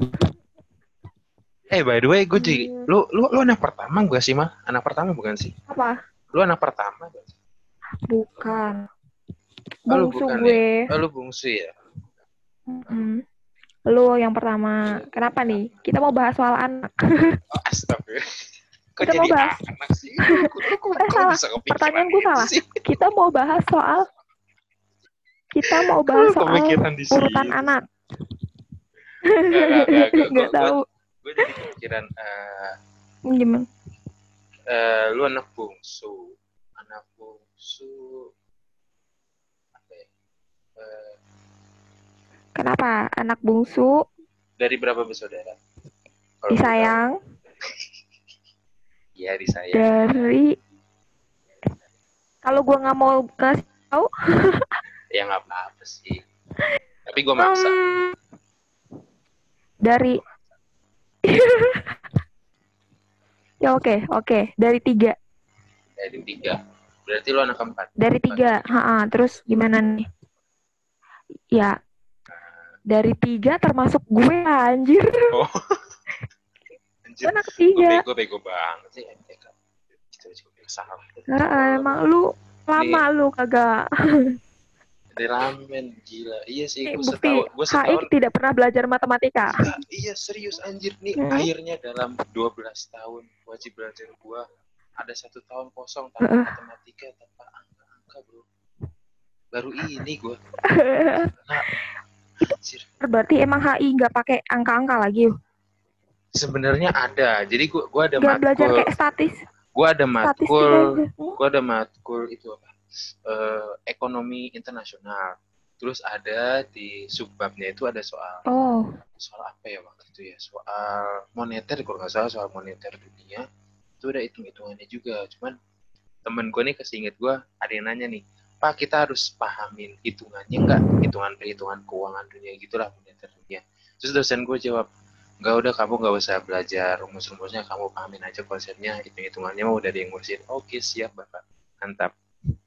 Eh by the way, gue jadi Hmm, lu lu lu anak pertama gue sih mah, anak pertama bukan sih? apa? Lu anak pertama gak sih? Bukan. Oh, lu Bungsu bukan ya? gue. Oh, lu bungsu ya? Hmm. Lu yang pertama. Kenapa nih? Kita mau bahas soal anak. Oh, astaga. Kok Kita mau jadi bahas. anak sih? Lu, lu, kok, Eh, kok lu salah. bisa kepikiran Pertanyaan gue itu salah. sih? Kita mau bahas soal. Kita mau Kok bahas lu soal kepikiran di urutan situ sih? anak. Gak, gak, gak. Gue, gue, Nggak gue, tahu. gue jadi kepikiran, uh, Gimana? uh, lu anak bungsu. Anak bungsu, apa ya? Uh, Kenapa anak bungsu dari berapa bersaudara? Kalau boleh tahu. disayang Iya, disayang. dari kalau gue nggak mau kasih tahu Ya nggak apa-apa sih. Tapi gue maksa. um, dari ya oke okay, oke okay. Dari tiga. Dari tiga. Berarti lu anak keempat. Dari tiga. Ha-ha. Terus gimana nih? Ya dari tiga termasuk gue anjir. Oh. Anjir. Anak ketiga. Gue bego, bego banget sih. Kita juga salah. Nah, emang lu lama Nih, lu kagak. dari ramen gila. Iya sih, gue Bukti setahun, gue H I setahun. tidak pernah belajar matematika. Iya, iya serius anjir nih. Hmm. Akhirnya dalam dua belas tahun wajib belajar gue, ada satu tahun kosong tanpa uh. matematika, tanpa angka-angka bro. Baru ini gue. Nah, anjir. Berarti emang H I nggak pakai angka-angka lagi? Sebenarnya ada. Jadi gue gue ada gak matkul. Belajar kayak statis. Gue ada matkul. Gue ada matkul itu apa? Uh, ekonomi internasional. Terus ada di subbabnya itu ada soal. Oh. Soal apa ya waktu itu ya? Soal moneter kalau nggak salah, soal moneter dunia. Itu ada hitung-hitungannya juga. Cuman temen gue nih keseinget gue, ada yang nanya nih, Pak kita harus pahamin hitungannya nggak? Hitungan perhitungan keuangan dunia gitulah, moneter dunia. Terus dosen gue jawab, nggak, udah kamu nggak usah belajar rumus-rumusnya, kamu pahamin aja konsepnya, hitung-hitungannya mau udah ada yang ngurusin. Oke siap bapak, mantap.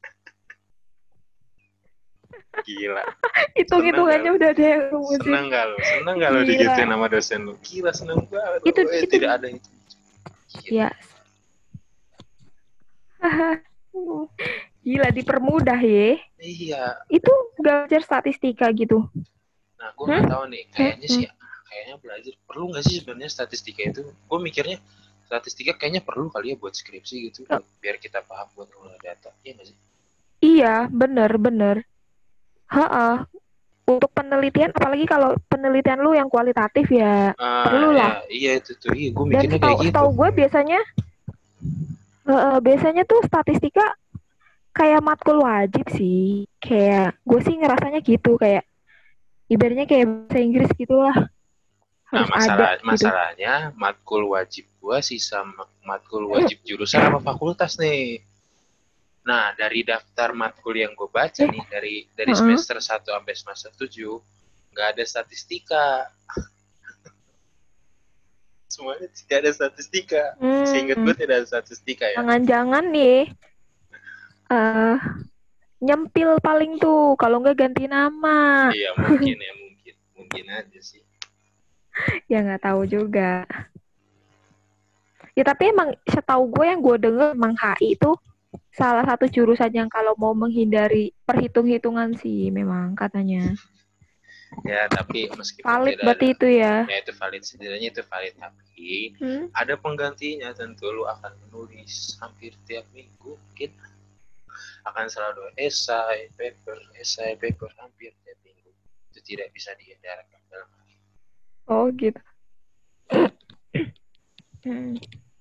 Gila. Hitung-hitungannya udah ada yang ngurusin. Seneng gak lo? Seneng gak lo digituin sama dosen lo? Gila seneng banget. Itu, eh, itu tidak ada itu. Iya. Gila dipermudah ya. Iya. Itu belajar statistika gitu. Nah, gue nggak hmm? tahu nih. Kayaknya hmm? sih, kayaknya belajar perlu nggak sih sebenarnya statistika itu? Gue mikirnya statistika kayaknya perlu kali ya buat skripsi gitu, oh. biar kita paham buat ngolah data. Iya nggak sih? Iya, bener-bener. Heeh. Untuk penelitian, apalagi kalau penelitian lu yang kualitatif ya Ah perlu ya lah. iya itu tuh iya gue Dan mikirnya kayak setahu gitu. setahu gue biasanya, heeh, biasanya tuh statistika kayak matkul wajib sih. Kayak gue sih ngerasanya gitu, kayak ibaratnya kayak bahasa Inggris gitulah, Nah, harus ada masalah gitu. masalahnya matkul wajib gua sisa matkul wajib jurusan apa fakultas nih. Nah, dari daftar matkul yang gue baca Eh, nih dari dari heeh. semester satu sampai semester tujuh nggak ada statistika. Semuanya tidak ada statistika. Seingat Hmm, gue tidak ada statistika ya. jangan-jangan nih eh nyempil paling tuh kalau nggak ganti nama. Iya, mungkin ya, mungkin. Mungkin aja sih. Ya nggak tahu juga. Ya tapi emang setahu gue yang gue denger emang H I itu salah satu jurusan yang kalau mau menghindari perhitung-hitungan sih memang katanya. Ya, tapi meskipun Valid tidak berarti ada, itu ya. ya itu valid, setidaknya itu valid. Tapi Hmm? ada penggantinya, tentu lu akan menulis hampir tiap minggu. Mungkin akan selalu esai, paper, esai, paper, hampir tiap minggu. Itu tidak bisa dihindarkan dalam hal ini. Oh gitu. Hmm.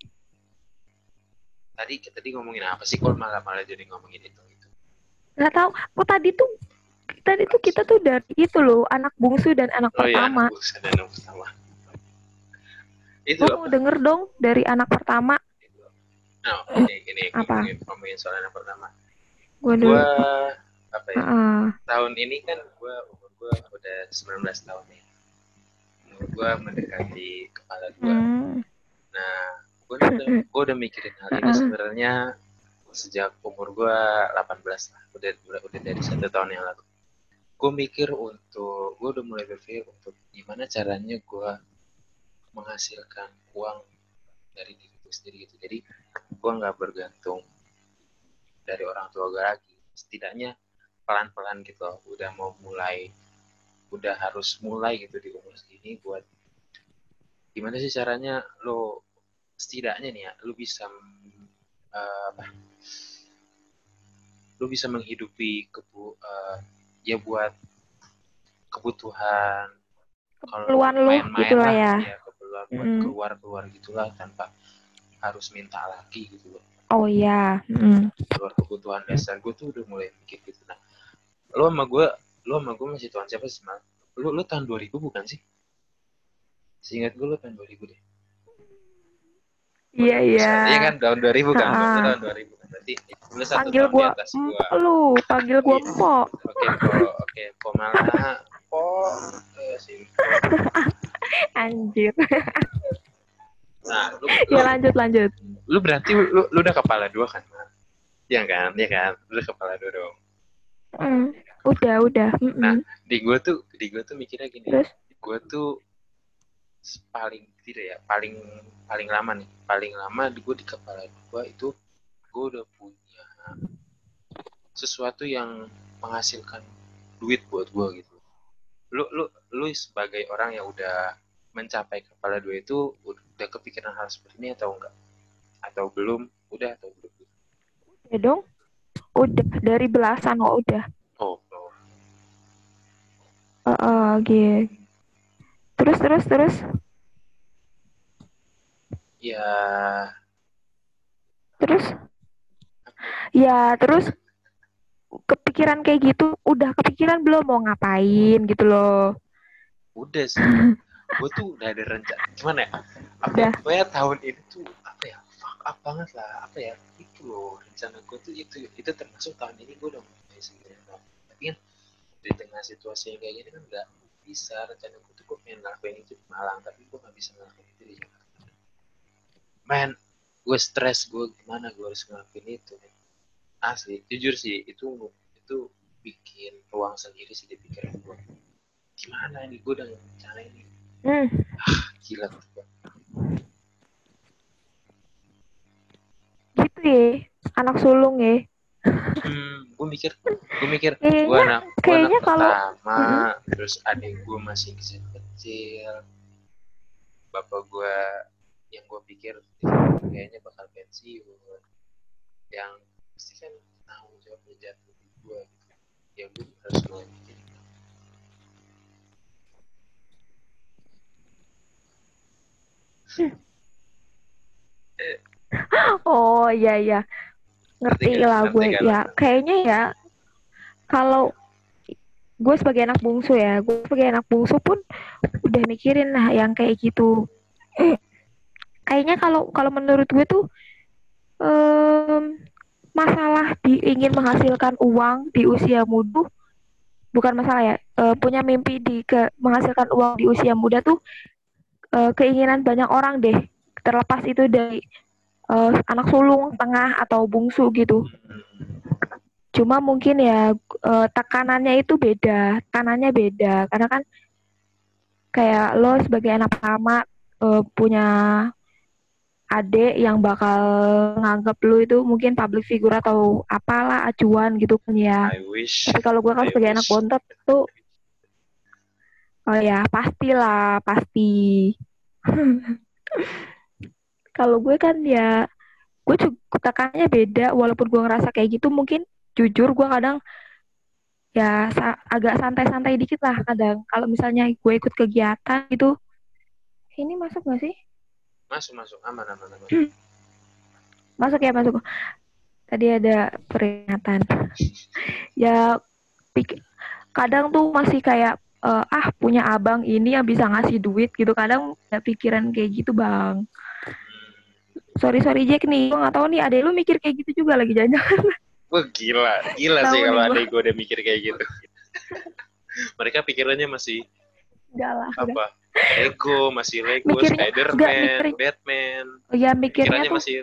Tadi kita tadi ngomongin apa sih? Kok malah malah jadi ngomongin itu itu. Nggak tahu. Oh tadi tuh tadi tuh kita tuh dari itu loh anak bungsu dan anak Oh iya, anak pertama. bungsu dan anak pertama. Itu Lo mau apa? denger dong dari anak pertama Nah, ini ini apa? ngomongin ngomongin soal anak pertama. Gue dulu. Gua apa ya? Uh, Tahun ini kan gua umur gua udah sembilan belas tahun nih. Umur gua mendekati kepala dua. hmm, Nah, gua udah gua udah mikirin hal ini uh, sebenarnya sejak umur gua delapan belas lah. Udah udah, udah dari satu tahun yang lalu. Gue mikir untuk gue udah mulai berpikir untuk gimana caranya gue menghasilkan uang dari diriku sendiri gitu. Jadi gue nggak bergantung dari orang tua gue lagi. Setidaknya pelan-pelan gitu loh. Udah mau mulai, udah harus mulai gitu di umur segini buat gimana sih caranya lo setidaknya nih ya lo bisa uh, apa lo bisa menghidupi kebu uh, ya buat kebutuhan kalau keperluan lu main-main gitulah lah ya. ya keperluan buat Hmm. keluar-keluar gitulah tanpa harus minta lagi gitu loh. Oh iya. Hmm. Keluar kebutuhan dasar gue tuh udah mulai mikir gitu. Nah, lo sama gue, lo sama gue masih tahun siapa sih, Mal? Lo, lo tahun dua ribu bukan sih? Seingat gue lo tahun dua ribu deh. Iya iya. dua ribu satu. Iya kan tahun dua ribu kan? Lo Ha-ha. tahun dua ribu kan? Berarti lo satu Panggil tahun di gua atas gue. empok lu, panggil gua Iya. empok. Oke, po, oke, po malah po eh, simpo. Anjir. Nah, lu, Ya lu, lanjut lanjut. lu berarti lu, lu udah kepala dua kan? Iya kan? Iya kan? Lu udah kepala dua dong. Hmm. Udah udah. Nah, Mm-mm. di gue tuh, di gue tuh mikirnya gini. Terus? Gue tuh paling tidak ya, paling paling lama nih, paling lama di gue di kepala gue itu gue udah punya sesuatu yang menghasilkan duit buat gue gitu. Lu lu lu sebagai orang yang udah mencapai kepala dua itu udah kepikiran hal seperti ini atau enggak? Atau belum? Udah atau belum? Ya dong. Udah dari belasan kok udah. Oh, oh. Uh, uh, gitu. Terus terus terus. Ya, Terus? apa ya? Ya terus kepikiran kayak gitu. Udah kepikiran belum mau ngapain gitu loh. Udah sih. Gue tuh udah ada rencana. Gimana ya? Apa ya? Udah. Pokoknya tahun ini tuh apa ya? Fuck up banget lah. Apa ya? Itu loh rencana gue tuh itu itu termasuk tahun ini gue udah mulai sebenarnya. Tapi kan di tengah situasi yang kayak gini kan nggak bisa rencana gue tuh gue pengen ngelakuin itu di Malang tapi gue nggak bisa ngelakuin itu di Jakarta. Man, gue stres gue gimana gue harus ngelakuin itu. Man. Asli, jujur sih itu itu bikin ruang sendiri sih di pikiran gue. Gimana ini gue udah rencana ini. Hmm. Ah, gila tuh. Gitu ya. Anak sulung ya. Hmm, gue mikir, gue mikir, gue Kayaknya anak, gue anak kayaknya kalau pertama, mm-mm. terus adik gue masih kecil-kecil, bapak gue yang gue pikir kayaknya bakal pensiun, yang pasti kan tanggung jawabnya jatuh gue ya gue harus ngerti. Oh iya iya, Ngerti ngerti gak? lah Ngerti gue gak ya. lo? Kayaknya ya kalau gue sebagai anak bungsu ya, gue sebagai anak bungsu pun udah mikirin lah yang kayak gitu. Kayaknya kalau kalau menurut gue tuh em, masalah di ingin menghasilkan uang di usia muda bukan masalah ya. Eh, punya mimpi di ke menghasilkan uang di usia muda tuh eh, keinginan banyak orang deh. Terlepas itu dari eh, anak sulung, tengah atau bungsu gitu. Cuma mungkin ya eh, tekanannya itu beda, tekanannya beda. Karena kan kayak lo sebagai anak pertama eh, punya adik yang bakal nganggap lu itu mungkin public figure atau apalah acuan gitu kan ya. I wish, Tapi kalau gue kan I sebagai anak wish. bontot tuh, oh ya pastilah pasti. Kalau gue kan ya, gue juga tekanannya beda. Walaupun gue ngerasa kayak gitu, mungkin jujur gue kadang ya sa- agak santai-santai dikit lah kadang. Kalau misalnya gue ikut kegiatan gitu, ini masuk gak sih? Masuk, masuk, aman, aman, aman. Masuk ya masuk. Tadi ada peringatan. Ya pik- kadang tuh masih kayak eh, ah punya abang ini yang bisa ngasih duit gitu. Kadang ada pikiran kayak gitu bang. Sorry sorry Jack nih, gue nggak tahu nih adek lu mikir kayak gitu juga lagi jangan. Wah gila, gila sih Tahu kalau nih gue. adek gue udah mikir kayak gitu. Mereka pikirannya masih Enggak lah, enggak. apa? Lego, masih Lego, Mikirnya enggak Spiderman, mikir. Batman. Oh ya mikirnya Pikirannya tuh masih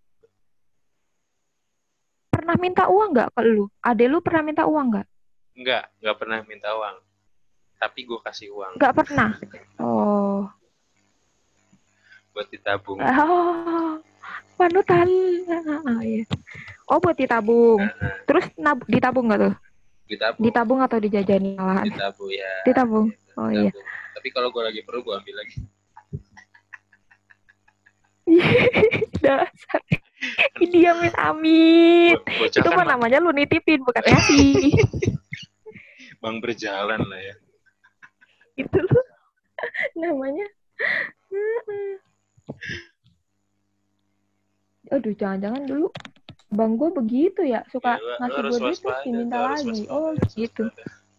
pernah minta uang nggak ke lu? Adek lu pernah minta uang nggak? enggak, enggak pernah minta uang. Tapi gue kasih uang Nggak pernah. Oh. buat ditabung. Oh. Panutan. Ah, iya. Oh buat ditabung. Nah, Terus nab- ditabung nggak tuh? ditabung, Ditabung atau dijajani malahan? ditabung ya. Ditabung. Gitu, Oh iya. ditabung. Tapi kalau gue lagi perlu gue ambil lagi. Dasar. Dia amit amit. Bocah Itu kan mah namanya lu nitipin bukan ngasih. bang berjalan lah ya. Itu lu namanya. Aduh jangan-jangan dulu bang gue begitu ya suka Ya, lu, lu ngasih harus gue duit terus waspada, diminta harus lagi. waspada, Oh harus gitu. waspada.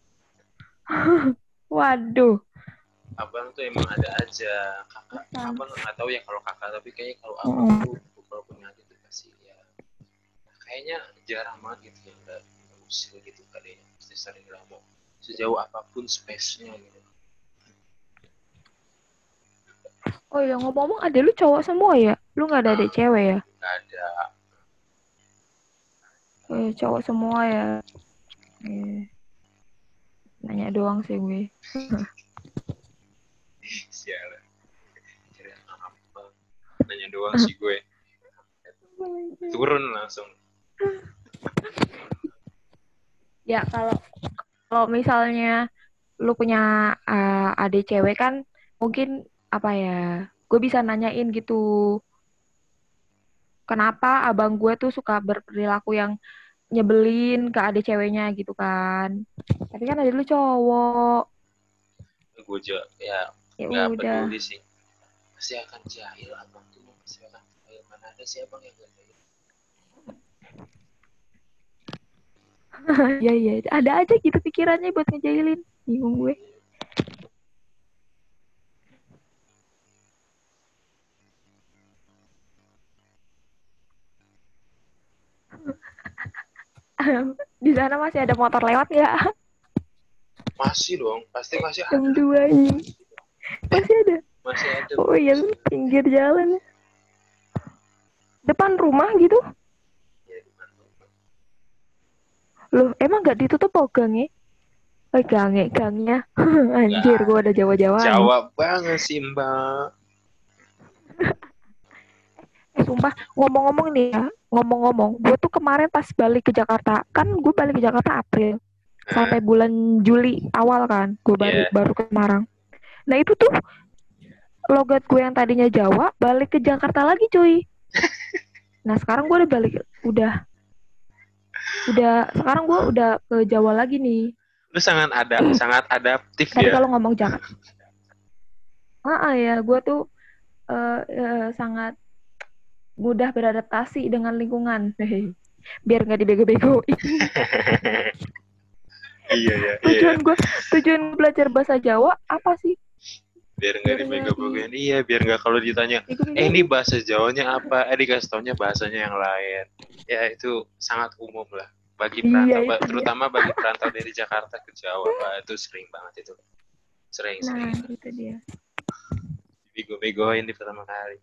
Waduh. Abang tuh emang ada aja kakak. Bukan. Abang nggak tahu ya kalau kakak, tapi kayaknya kalau abang tuh kalau punya adik tuh kasih ya. Kayaknya jarang banget gitu yang nggak usil gitu kali ya. Pasti sering lah mau sejauh apapun space-nya gitu. Oh iya ngomong-ngomong ada lu cowok semua ya? Lu nggak ada Nah, adik cewek ya? nggak ada. Eh, cowok semua ya. Eh, nanya doang sih gue. Sialan. Kira apa? Nanya doang sih gue. Turun langsung. Ya kalau kalau misalnya lu punya uh, adik cewek kan mungkin apa ya? Gue bisa nanyain gitu. Kenapa abang gue tuh suka berperilaku yang nyebelin ke adik ceweknya gitu kan? Tapi kan adik lu cowok. Gue juga ya Ya nggak udah. peduli sih. Pasti akan jahil abang tuh, pasti akan jahil. Mana ada sih abang yang nggak jahil? Iya iya, ada aja gitu pikirannya buat ngejailin. Bingung gue. Di sana masih ada motor lewat nggak? Masih dong, pasti masih ada. Jam dua ini. Masih ada. Masih ada. Oh iya, pinggir jalan. Depan rumah gitu. Ya, di mana? Loh, emang nggak ditutup oh gangnya? Oh, gangnya, gangnya. Anjir, gue ada Jawa-Jawa nih. Jawab banget sih Mbak. Eh, sumpah, ngomong-ngomong nih ya, ngomong-ngomong, gue tuh kemarin pas balik ke Jakarta, kan gue balik ke Jakarta April, sampai bulan Juli awal kan, gue baru Yeah. baru ke Semarang. Nah itu tuh logat gue yang tadinya Jawa balik ke Jakarta lagi cuy. Nah sekarang gue udah balik, udah Udah sekarang gue udah ke Jawa lagi nih. Lu sangat ada sangat adaptif Tadi ya. kalau ngomong Jakarta, ah ya gue tuh eh, eh, sangat mudah beradaptasi dengan lingkungan. Biar nggak dibego-begoin. Iya ya, iya ya. Tujuan gue, tujuan belajar bahasa Jawa apa sih? Biar nggak Biar nggak dibego-begoin. Iya, biar nggak kalau ditanya, eh ini dibego-begoin. bahasa Jawanya apa? Eh dikasih taunya bahasanya yang lain. Ya itu sangat umum lah. Bagi Iya perantau, itu dia. terutama bagi perantau dari Jakarta ke Jawa, Pak, itu sering banget itu. Nah Sering-sering. itu dia. Bego-begoin di pertama kali.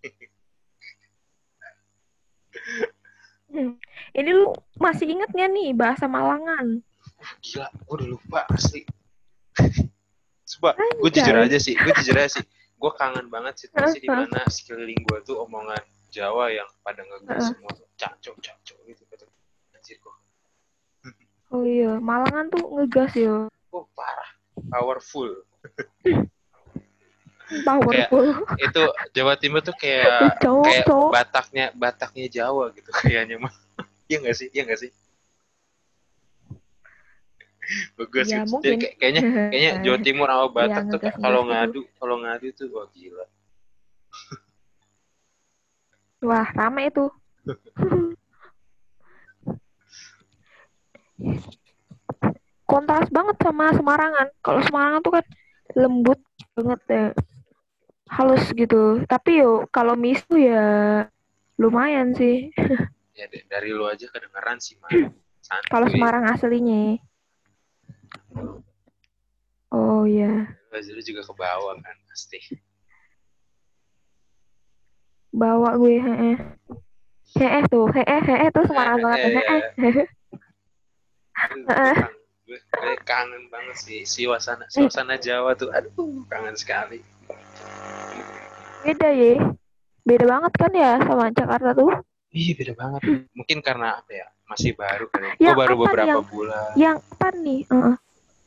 Hmm. Ini lu masih inget gak nih bahasa Malangan? Gila, gue udah lupa asli. Coba, gue jujur Anjay. aja sih, gue jujur aja sih. Gue kangen banget situasi di mana sekeliling gue tuh omongan Jawa yang pada ngegas semua. Cacok, cacok gitu. gitu. Anjir gue. Oh iya, Malangan tuh ngegas ya. Oh, parah. Powerful. Kayak Powerful. itu Jawa Timur tuh kayak Cowok, kayak cowok. Bataknya Bataknya Jawa gitu kayaknya mah. Iya nggak sih? Iya nggak sih? Bagus Iya gitu. Jadi mungkin. kayak- kayaknya kayaknya Jawa Timur sama Iya Batak tuh ngegas-ngegas kalau gitu. ngadu kalau ngadu tuh wah gila. Wah, rame itu. Kontras banget sama Semarangan. Kalau Semarangan tuh kan lembut banget ya. Halus gitu. Tapi yo kalau misu ya lumayan sih. Ya dari lu aja kedengeran sih mah Kalau santuy. Semarang aslinya. Oh ya, Pasti lu juga ke bawah kan pasti. bawa gue. Heeh. Heeh tuh, heeh, heeh tuh Eh, Semarang banget. eh, Heeh. ya. Gue Heeh. kangen, gue, gue kangen banget sih suasana suasana Jawa tuh. Aduh, kangen sekali. Beda ya. Beda banget kan ya sama Jakarta tuh. Iya beda banget. Mungkin karena apa ya? Masih baru kali. Gue Yang baru apa nih beberapa yang bulan. yang apa nih? Heeh.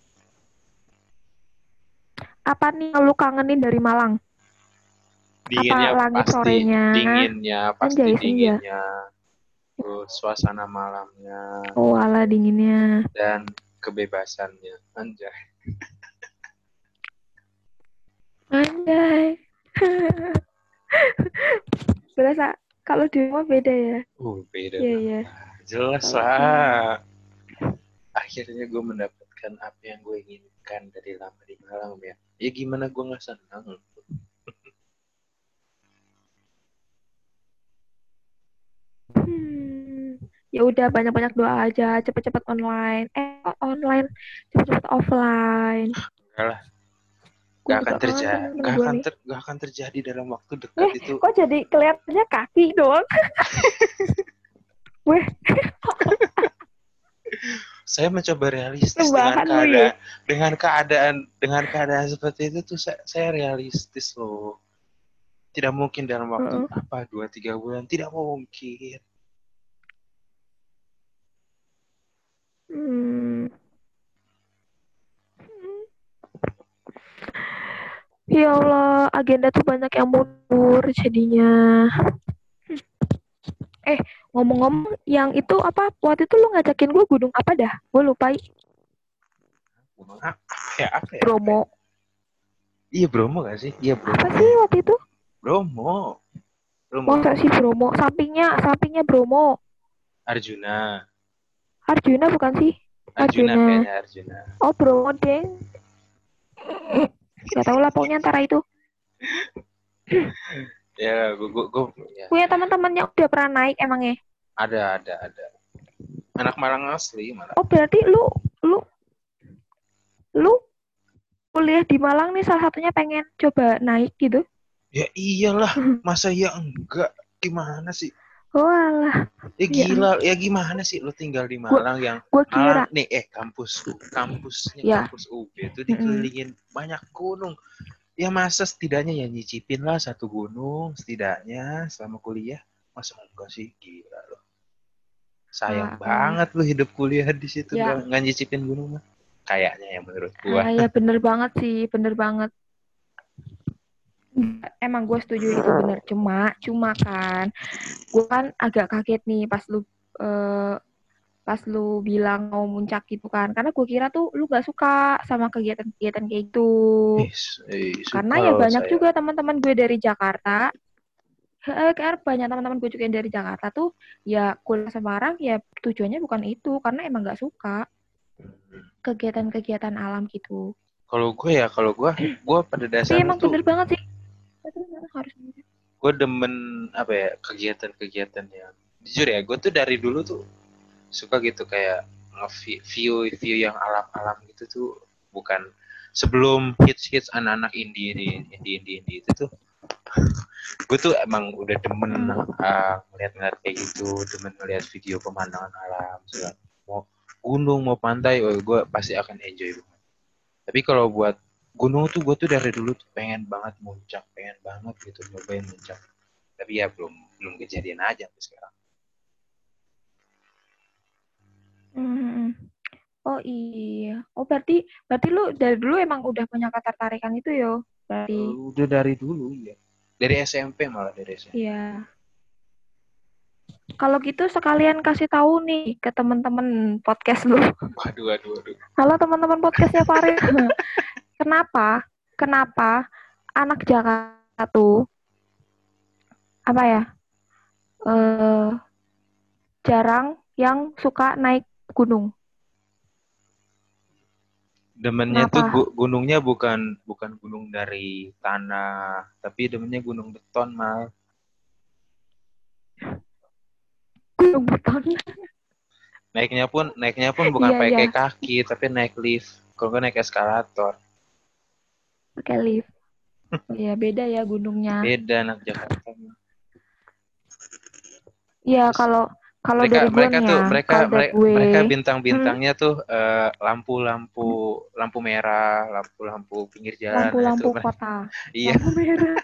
Apa nih yang lu kangenin dari Malang? Apa Dinginnya langit pasti, sorenya? dinginnya pasti Anjay senja. dinginnya. Terus suasana malamnya Oh ala dinginnya. dan kebebasannya. Anjay. Anjay. Berasa kalau di rumah beda ya. Uh, beda Iya, banget. iya. Jelas Kalau di lah. Akhirnya gue mendapatkan apa yang gue inginkan dari lama di Malang ya. Ya gimana gue nggak senang. Hmm, ya udah banyak-banyak doa aja, cepet-cepet online. Eh, kok online, cepet-cepet offline. Enggak lah. Gue Gak akan juga kangen terjadi. temen-temen Gak gue akan nih. ter gak akan terjadi dalam waktu dekat Eh, itu. kok jadi kelihatannya kaki doang? Weh, Saya mencoba realistis dengan rebahan lu ya. keadaan dengan keadaan dengan keadaan seperti itu tuh saya, saya realistis loh. Tidak mungkin dalam waktu Heeh. apa dua tiga bulan, tidak mungkin. Hmm. Ya Allah, agenda tuh banyak yang mundur jadinya. Eh, ngomong-ngomong, yang itu apa? Waktu itu lu ngajakin gue gunung apa dah? Gue lupa. Gunung apa ya apa ya? Apa ya? Bromo. Iya Bromo gak sih? Iya Bromo. Apa sih waktu itu? Bromo. Bromo. Masa sih Bromo? Sampingnya, sampingnya Bromo. Arjuna. Arjuna bukan sih? Arjuna Arjuna. kayaknya Arjuna. Oh, Bromo deng. Gak tau lah pokoknya antara itu. Ya, gue gue gue ya. Punya teman-temannya udah pernah naik emangnya? Ada ada ada. Anak Malang asli malah. Oh, berarti lu lu lu kuliah di Malang nih salah satunya pengen coba naik gitu? Ya iyalah, masa ya enggak? Gimana sih? Oh alah. Ya Ya, gila, ya gimana sih lu tinggal di gua Malang yang gua Malang kira nih eh kampus kampusnya ya. kampus U B itu Mm-mm. dikelilingin banyak gunung. Ya masa setidaknya ya nyicipin lah satu gunung setidaknya selama kuliah. Masa enggak sih? Gila loh. Sayang Ah, banget lu hidup kuliah di situ ya. nggak nggak nyicipin gunung mah. Kayaknya ya menurut gua. Ah, ya bener banget sih, bener banget. Emang gue setuju itu bener. Cuma, cuma kan, gue kan agak kaget nih pas lu uh, pas lu bilang mau muncak gitu kan. Karena gue kira tuh lu gak suka sama kegiatan-kegiatan kayak gitu. Eh, eh, Karena suka ya loh banyak saya. juga teman-teman gue dari Jakarta. Eh, karena banyak teman-teman gue juga yang dari Jakarta tuh ya kuliah Semarang ya tujuannya bukan itu karena emang gak suka kegiatan-kegiatan alam gitu. Kalau gue ya, kalau gue, gue pada Tapi dasarnya emang tuh, bener banget sih. Itu memang harus gitu. gue demen apa ya kegiatan-kegiatan yang jujur ya, gue tuh dari dulu tuh suka gitu kayak view view yang alam-alam gitu tuh bukan sebelum hits hits anak-anak indie ini indie indie indie itu tuh gue tuh emang udah demen Hmm. uh, ngeliat-ngeliat kayak gitu, demen ngeliat video pemandangan alam, segala. Mau gunung mau pantai, oh, gue pasti akan enjoy banget. Tapi kalau buat gunung tuh gue tuh dari dulu tuh pengen banget muncak, pengen banget gitu nyobain muncak. Tapi ya belum belum kejadian aja sampai sekarang. Hmm. Oh iya. Oh berarti berarti lu dari dulu emang udah punya ketertarikan itu yo. Uh, Berarti udah dari dulu ya. Dari S M P malah dari S M P. iya. Kalau gitu sekalian kasih tahu nih ke teman-teman podcast lu. Waduh, waduh, waduh. Halo teman-teman podcastnya Farid. Kenapa? Kenapa anak Jakarta tuh apa ya? Eh jarang yang suka naik gunung. Demennya tuh Kenapa? gu- gunungnya bukan bukan gunung dari tanah, tapi demennya gunung beton mal. Gunung beton. Naiknya pun naiknya pun bukan Iya iya, pakai kaki, tapi naik lift. Kalau nggak naik eskalator. pakai lift. Oh, iya beda ya gunungnya. Beda anak Jakarta. Iya Terus kalau kalau mereka dari gue mereka nih ya, tuh mereka kalau dari mereka, gue, mereka hmm, bintang-bintangnya tuh eh, lampu-lampu lampu merah, lampu-lampu pinggir jalan nah itu lampu-lampu mereka. kota, Iya. lampu merah,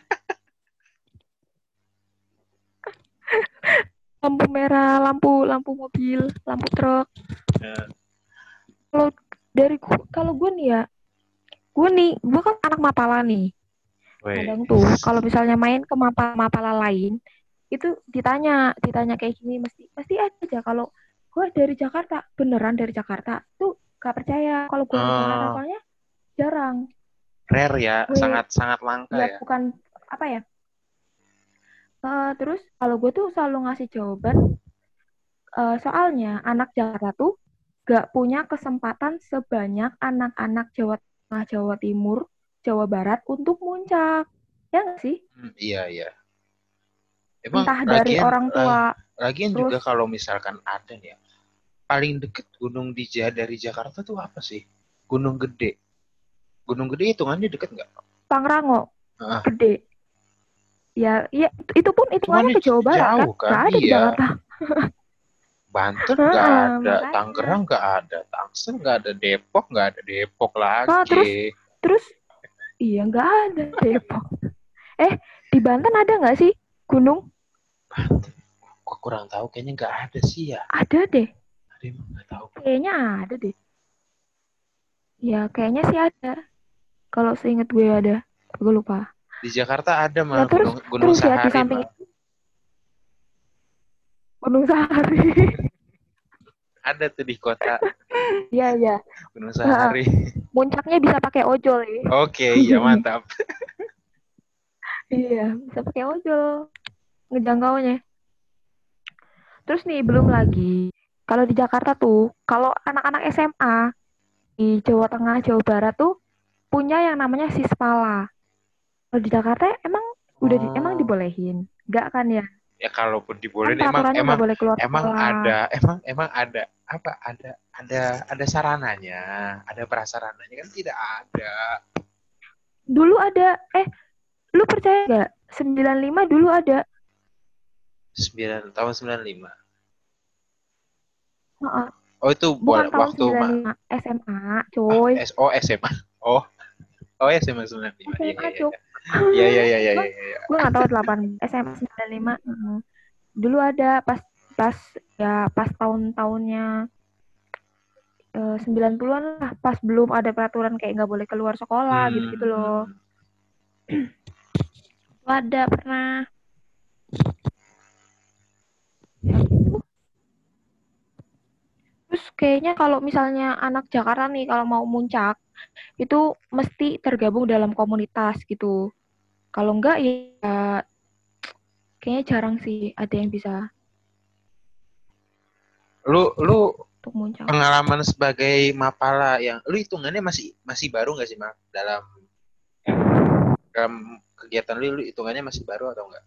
lampu merah, lampu lampu mobil, lampu truk. Eh, Kalau dari gu- kalau gue nih ya, gue nih, gue kan anak Mapala nih. Weh. Kadang tuh kalau misalnya main ke Mapala-Mapala lain, itu ditanya, ditanya kayak gini mesti pasti aja kalau gue dari Jakarta, beneran dari Jakarta, tuh gak percaya kalau gue dari Jakarta Eh, soalnya jarang. rare ya, Gue sangat sangat langka ya ya. bukan apa ya. Eh, terus kalau gue tuh selalu ngasih jawaban, eh, soalnya anak Jakarta tuh gak punya kesempatan sebanyak anak-anak Jawa Tengah, Jawa Timur, Jawa Barat untuk muncak. Ya nggak sih? Hmm, iya iya. Emang Entah dari lagian orang lah, tua, lagian terus juga kalau misalkan ada nih ya, paling deket gunung di Ja- dari Jakarta tuh apa sih? Gunung Gede. Gunung Gede hitungannya deket nggak? Pangrango, Ah, gede. Ya, iya itu pun hitungannya hitungannya ke Jawa Barat kan? jauh kan? Gak ada di Iya. Jakarta. Banten nggak Heeh, ada, makanya. Tangerang nggak ada, Tangsel nggak ada, Depok nggak ada, Depok Oh, terus lagi. terus iya nggak ada Depok. Eh, di Banten ada nggak sih gunung? Banten, kok kurang tahu kayaknya nggak ada sih ya. Ada deh. Ada emang nggak tahu. Kayaknya ada deh. Ya, kayaknya sih ada. Kalau seingat gue ada. Gue lupa. Di Jakarta ada Ya malah terus Gunung Gunung terus ya di Sahari samping malah. itu Gunung Sahari. Ada tuh di kota Iya, iya. Gunung Heeh. Sahari. Muncaknya bisa pakai ojol ya. Oke, iya mantap. Iya, bisa pakai ojol ngejangkaunya. Terus nih belum lagi kalau di Jakarta tuh, kalau anak-anak S M A di Jawa Tengah, Jawa Barat tuh punya yang namanya Sispala. Kalau di Jakarta emang udah di, emang Oh, dibolehin? Enggak kan ya? ya kalaupun Kan dibolehin emang peraturannya emang nggak boleh keluar emang sekolah. ada emang emang ada apa ada ada ada sarananya, ada prasarananya kan tidak ada. Dulu ada, eh lu percaya nggak? sembilan lima dulu ada. Sembilan tahun sembilan lima. Heeh. Oh itu Bukan tahun waktu sembilan ma lima S M A, ah coy. S O S M A. Oh, oh S M A sembilan lima. Iya iya S M A, iya. cok. Iya iya iya iya gue iya iya. Iya. gue nggak tahu delapan S M A sembilan lima. Heeh. Dulu ada pas pas ya pas tahun-tahunnya eh, sembilan puluhan lah, pas belum ada peraturan kayak nggak boleh keluar sekolah gitu-gitu loh. Hmm. Itu ada pernah. Ya, gitu. kayaknya kalau misalnya anak Jakarta nih kalau mau muncak itu mesti tergabung dalam komunitas gitu. Kalau enggak ya kayaknya jarang sih ada yang bisa Lu lu untuk muncak. pengalaman sebagai mapala yang lu hitungannya masih masih baru nggak sih, Mak? Dalam dalam kegiatan lu, lu hitungannya masih baru atau enggak?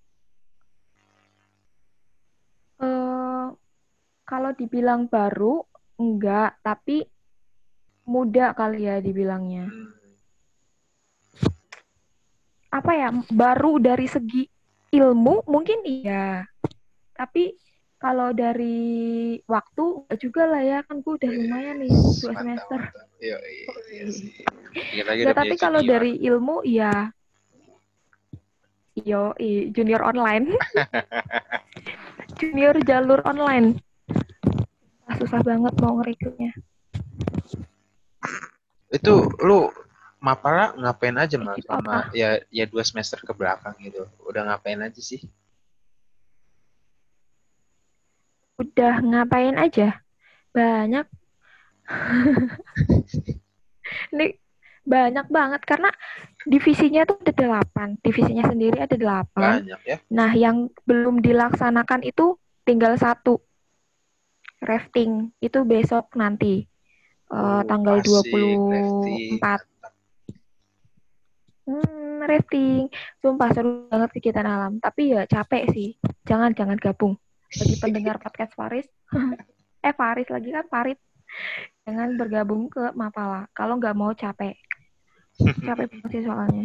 Eh, kalau dibilang baru enggak, tapi muda kali ya dibilangnya. Hmm. Apa ya? Baru dari segi ilmu mungkin iya, tapi kalau dari waktu enggak juga lah ya, kan gue udah lumayan nih Wes, dua mantap semester. mantap. Iya iya, iya sih. Dikit lagi Enggak, udah punya tapi kalau junior. dari ilmu iya. Yo, junior online, junior jalur online. Ah, susah banget mau ngerekrutnya. Itu lu mapala ngapain aja, Eh, Mas? gitu Selama apa? ya ya dua semester ke belakang gitu. Udah ngapain aja sih? Udah ngapain aja? Banyak. Nih, banyak banget karena divisinya tuh ada delapan. Divisinya sendiri ada delapan. Banyak ya. Nah, yang belum dilaksanakan itu tinggal satu. Rafting itu besok nanti. Uh, Oh, tanggal asik, lefty. dua puluh empat. Hmm, rafting. Sumpah seru banget kegiatan alam. Tapi ya capek sih. Jangan, jangan gabung. Bagi pendengar podcast Faris. eh, Faris lagi kan Farid. Jangan bergabung ke Mapala. Kalau nggak mau capek. Capek banget sih soalnya.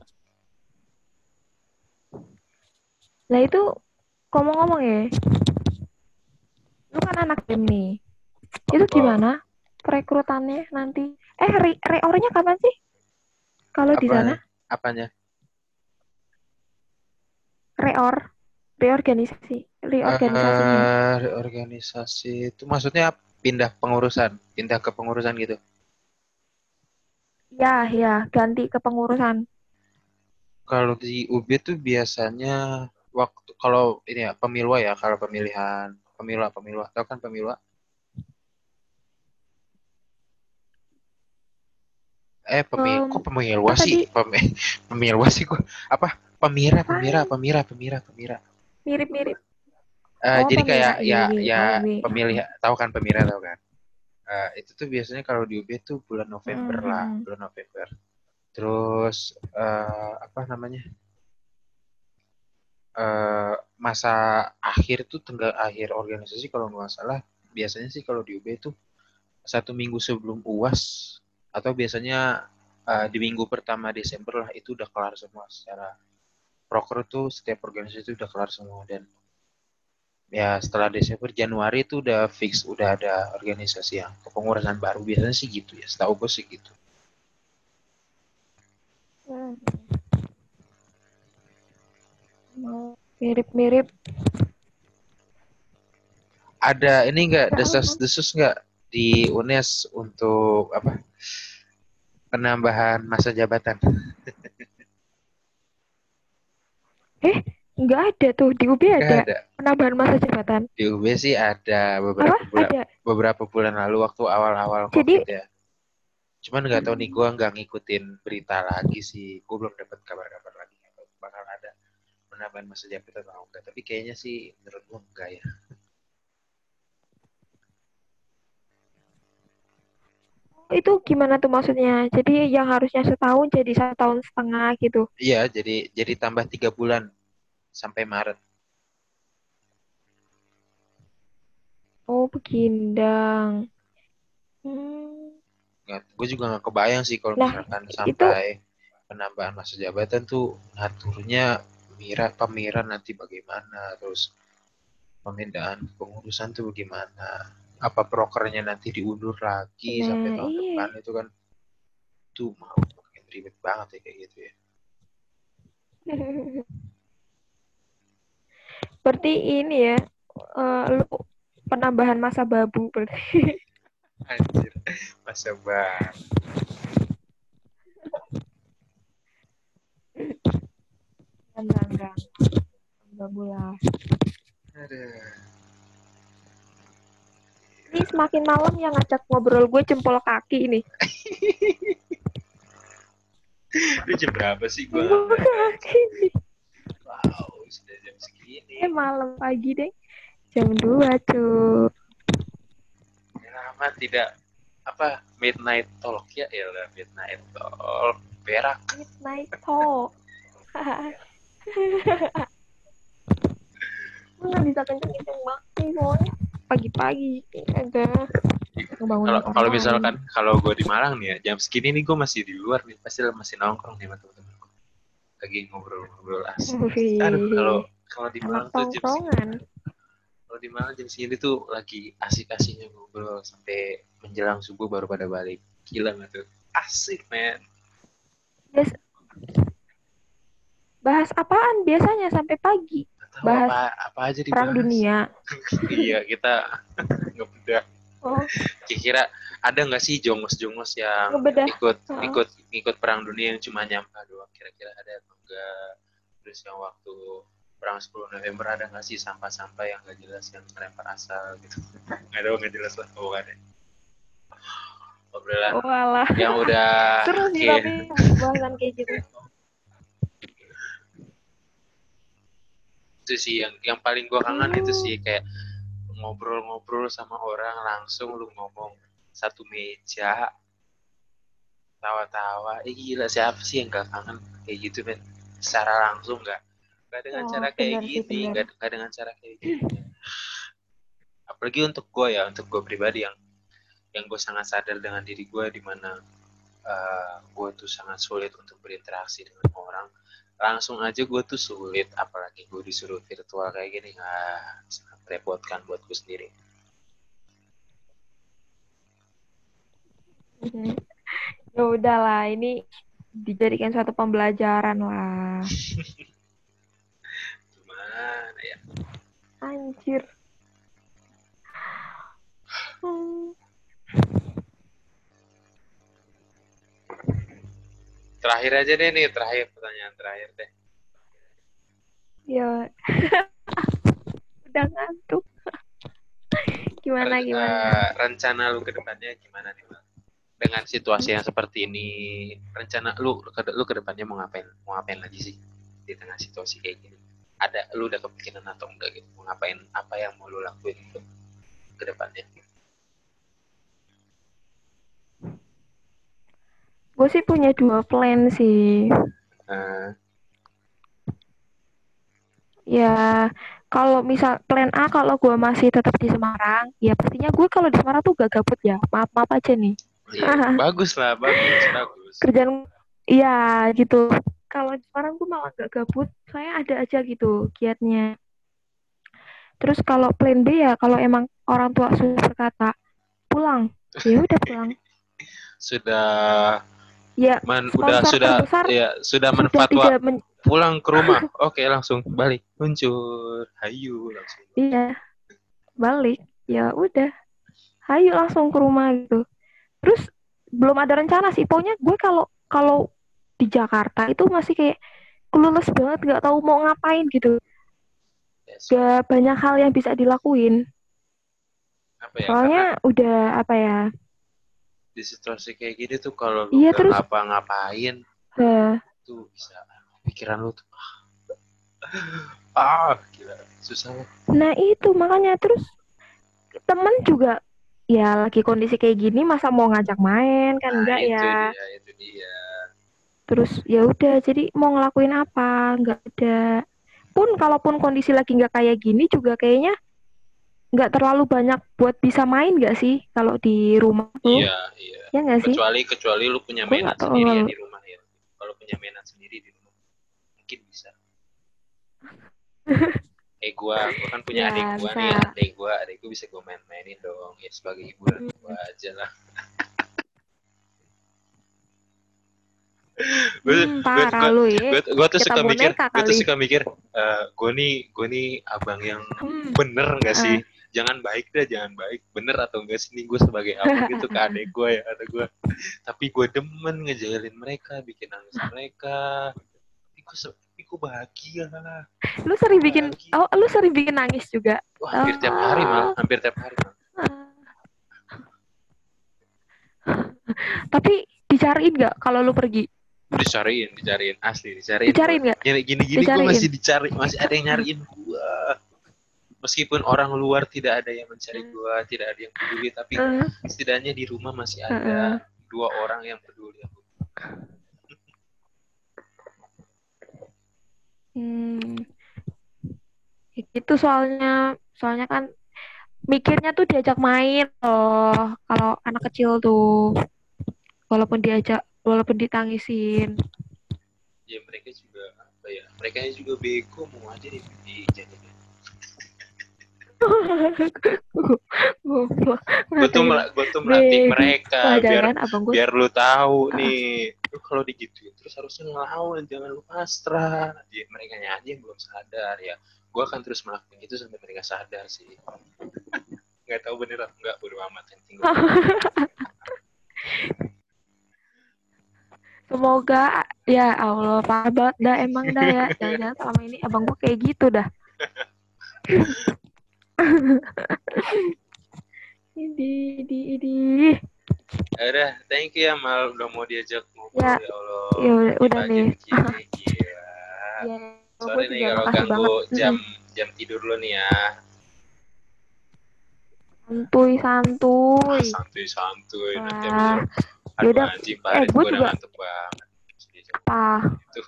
Lah itu ngomong-ngomong ya, lu kan anak B E M nih. Itu Apa? gimana perekrutannya nanti? Eh, re reornya kapan sih? Kalau di sana? Apanya? Apanya? Reor, reorganisasi, reorganisasinya. Eh, reorganisasi itu maksudnya pindah pengurusan, pindah ke pengurusan gitu. Ya, ya, ganti ke pengurusan. Kalau di U B tuh biasanya waktu kalau ini ya pemilu ya, kalau pemilihan pemilu pemilu tahu kan pemilu? Eh pemilu kok Um, pemilu apa sih? tadi? Pem, pemilu sih kok apa? Pemira, pemira, Apaan? pemira, pemira, pemira. Mirip-mirip. Eh, Oh, jadi kayak Pemira ya I W. ya Oh, W. pemilih tahu kan pemira tahu kan? Eh, itu tuh biasanya kalau di U B tuh bulan November lah, Mm-hmm. bulan November. Terus eh, apa namanya? eh, Masa akhir tuh tenggat akhir organisasi kalau nggak salah biasanya sih kalau di U B itu satu minggu sebelum U A S atau biasanya eh, di minggu pertama Desember lah itu udah kelar semua secara proker tuh setiap organisasi itu udah kelar semua dan ya setelah Desember Januari itu udah fix udah ada organisasi yang kepengurusan baru biasanya sih gitu ya setahu gue sih gitu. Mirip-mirip. Ada ini enggak Ya ampun. desas-desus enggak di U N E S untuk apa penambahan masa jabatan? Eh, nggak ada tuh. Di U B Enggak ada ada. penambahan masa jabatan. Di U B sih ada Apa? beberapa bulan Ada. beberapa bulan lalu waktu awal-awal COVID Jadi, ya. Cuman nggak tahu nih mm, gue nggak ngikutin berita lagi sih. Gue belum dapat kabar-kabar lagi kalau bakal ada penambahan masa jabatan atau enggak. Tapi kayaknya sih menurut gue enggak ya. itu gimana tuh maksudnya? Jadi yang harusnya setahun jadi satu tahun setengah gitu. Iya, jadi jadi tambah tiga bulan sampai Maret. Oh, begindang. Hmm. Nggak, gue juga nggak kebayang sih kalau Nah, misalkan itu sampai penambahan masa jabatan tuh ngaturnya mira pemira nanti bagaimana terus pemindahan pengurusan tuh bagaimana apa prokernya nanti diundur lagi sampai nah tahun depan iya. itu kan tuh mau makin ribet banget ya kayak gitu ya. Berarti ini ya, eh, lu penambahan masa babu berarti. Anjir, masa bang. Enggak, enggak. Babu lah. Aduh. Ini semakin malam yang ngajak ngobrol gue jempol kaki ini. Itu jam berapa sih gue nggak Jempol ngeliat? kaki. Wow, sudah jam segini. Eh malam pagi deh. Jam dua cuy. Kenapa tidak apa midnight talk ya ya lah midnight talk berak. Midnight talk. Gue nggak bisa kenceng-kenceng banget nih soalnya pagi-pagi ada Kalau ngebangunin orang kalau lain. misalkan kalau gue di Malang nih ya jam segini nih gue masih di luar nih pasti masih nongkrong nih sama temen-temen gue lagi ngobrol-ngobrol asik. Aduh kalau Wih, kalau di anak Malang tuh jam segini tongkrongan. kalau di Malang jam segini tuh lagi asik-asiknya ngobrol sampai menjelang subuh baru pada balik. Gila nggak tuh? Asik men. Bias, bahas apaan biasanya sampai pagi? Gak tahu Bahas apa apa aja perang dibahas. dunia. Iya kita ngebedah. Oh, Kira-kira ada nggak sih jongos-jongos yang ngebedah. ikut Heeh. ikut ikut perang dunia yang cuma nyampah doang? Kira-kira ada atau enggak? Terus yang waktu perang sepuluh November ada nggak sih sampah-sampah yang nggak jelas yang lempar asal gitu? Nggak ada nggak jelas lah pokoknya. Obrolan Walah, yang udah seru sih kayak tapi bahasan kayak gitu. itu sih yang yang paling gue kangen itu Hmm. sih kayak ngobrol-ngobrol sama orang langsung lu ngomong satu meja tawa-tawa eh gila siapa sih yang gak kangen kayak gitu men secara langsung nggak nggak dengan Oh, cara kayak benar sih gini benar. nggak nggak dengan cara kayak gini apalagi untuk gue ya untuk gue pribadi yang yang gue sangat sadar dengan diri gue di mana uh, gue tuh sangat sulit untuk berinteraksi dengan orang langsung aja gue tuh sulit apalagi gue disuruh virtual kayak gini ah sangat merepotkan buat gue sendiri. Mhm. Ya udahlah, ini dijadikan suatu pembelajaran lah. Gimana ya Anjir. Hmm. terakhir aja deh nih terakhir pertanyaan terakhir deh Ya, udah ngantuk. Gimana gimana? uh, rencana lu ke depannya gimana nih Bang? Dengan situasi yang seperti ini rencana lu lu ke depannya mau ngapain mau ngapain lagi sih di tengah situasi kayak gini ada lu udah kepikiran atau enggak gitu mau ngapain apa yang mau lu lakuin untuk ke depannya. Gue sih punya dua plan sih. Uh, Ya, kalau misal plan A, kalau gue masih tetap di Semarang, ya pastinya gue kalau di Semarang tuh gak gabut ya. Maaf maaf aja nih. iya bagus lah bagus bagus Kerjaan, iya gitu. Kalau di Semarang gue malah gak gabut, saya ada aja gitu giatnya. Terus kalau plan B ya, kalau emang orang tua sudah berkata pulang, ya udah pulang. sudah Ya, man udah sponsor sudah terbesar ya sudah sudah menfatwa tidak men pulang ke rumah oke langsung balik luncur hayu langsung iya, balik. Ya udah, ayo langsung ke rumah gitu. Terus belum ada rencana sih. Pokoknya gue kalau kalau di Jakarta itu masih kayak clueless banget, nggak tahu mau ngapain gitu. yes, Gak banyak hal yang bisa dilakuin. apa ya karena Soalnya udah apa ya? di situasi kayak gini tuh kalau lu Iya nggak terus, ngapa-ngapain uh, tuh bisa pikiran lu tuh ah gila susah lah. nah itu makanya terus temen juga ya lagi kondisi kayak gini masa mau ngajak main kan Nah enggak itu ya. dia itu dia Terus ya udah jadi mau ngelakuin apa? Nggak ada. Pun kalaupun kondisi lagi nggak kayak gini juga kayaknya nggak terlalu banyak buat bisa main nggak sih kalau di rumah tuh, iya iya ya nggak sih? kecuali kecuali lu punya Gue mainan nggak sendiri ya terlalu. di rumah ya kalau punya mainan sendiri di rumah mungkin bisa eh gua gua kan punya adik Ya gua nih bisa. adik gua adik gua bisa gua main-mainin dong ya sebagai hiburan gua aja lah gue Hmm, gue parah gue lu ya. gue gue tuh Kita suka mikir boneka gue tuh kali. suka mikir uh, gue nih gue nih abang yang Hmm. bener nggak Uh. sih jangan baik deh jangan baik bener atau enggak sih nih gue sebagai abang gitu ke adik gue ya ada gue tapi gue demen ngejailin mereka bikin nangis mereka tapi gue tapi gue bahagia Lu sering gue bikin, bahagia oh lu sering bikin nangis juga. wah hampir tiap hari mal Oh. hampir tiap hari mal Uh. Tapi dicariin nggak kalau lu pergi? Dicariin, dicariin, asli dicariin gue. Dicariin nggak? Gini gini gini gue Dicariin. masih dicari, masih ada yang nyariin gue. Meskipun orang luar tidak ada yang mencari gue, tidak ada yang peduli, tapi Uh, setidaknya di rumah masih uh, uh. ada dua orang yang peduli. Hmm, itu soalnya, soalnya kan mikirnya tuh diajak main loh. Kalau anak kecil tuh, walaupun diajak, walaupun ditangisin. Ya mereka juga apa ya? Mereka juga bego, mau aja di jadi. Gue tuh Ngatain gue tuh melatih bego. Wah, mereka biar jangan abang gue. biar lu tahu nih, lu kalau digituin terus harusnya ngelawan, jangan lu pasrah. Ya, mereka aja yang belum sadar ya. Gue akan terus melakukan itu sampai mereka sadar sih. Nggak tahu bener atau enggak, bodo amat, yang tinggal. Semoga ya Allah, parah banget dah emang dah ya. Jangan-jangan selama ini abang gue kayak gitu dah. Idi, idi, idi. Ya udah, thank you ya Mal, udah mau diajak ngobrol, Ya, ya Allah. ya udah, udah nih. Begini, gila. Ya, gue Sorry nih juga kalau makasih ganggu banget. jam Mm-mm. jam tidur lo nih ya. Santuy, Ah, santuy. santuy-santuy, nanti habis Wah, itu, aduh yaudah. anjing Eh, Farid, gue gue udah juga. ngantuk banget. Ah, Itu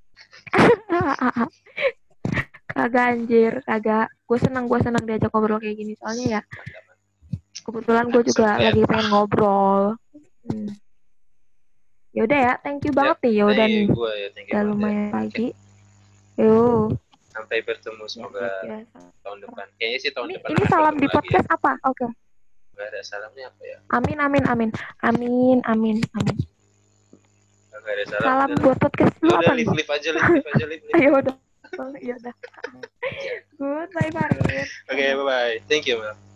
kagak anjir, kagak. Gue seneng, gue seneng diajak ngobrol kayak gini. Soalnya ya, mantap. kebetulan gue Langsung juga lagi kelihatan. pengen ngobrol. Hmm. Yaudah ya, thank you Siap, banget nih. Yaudah thank nih, you gue ya, thank you udah banget ya. lumayan Oke, okay. pagi. Yuk. Sampai bertemu Ya, semoga thank you. tahun depan. Kayaknya sih tahun Ini, depan ini akan salam bertemu di lagi ya. podcast apa? Oke. Okay. Gak ada salamnya apa ya? Amin, amin, amin. Amin, amin, amin. Gak ada salam. Salam Udah, buat podcast ya lu udah, apa live nih? live aja, live live aja, live live. Ayo udah. Ya udah. Good, bye Farid. Oke, okay, bye bye. Thank you, Mal.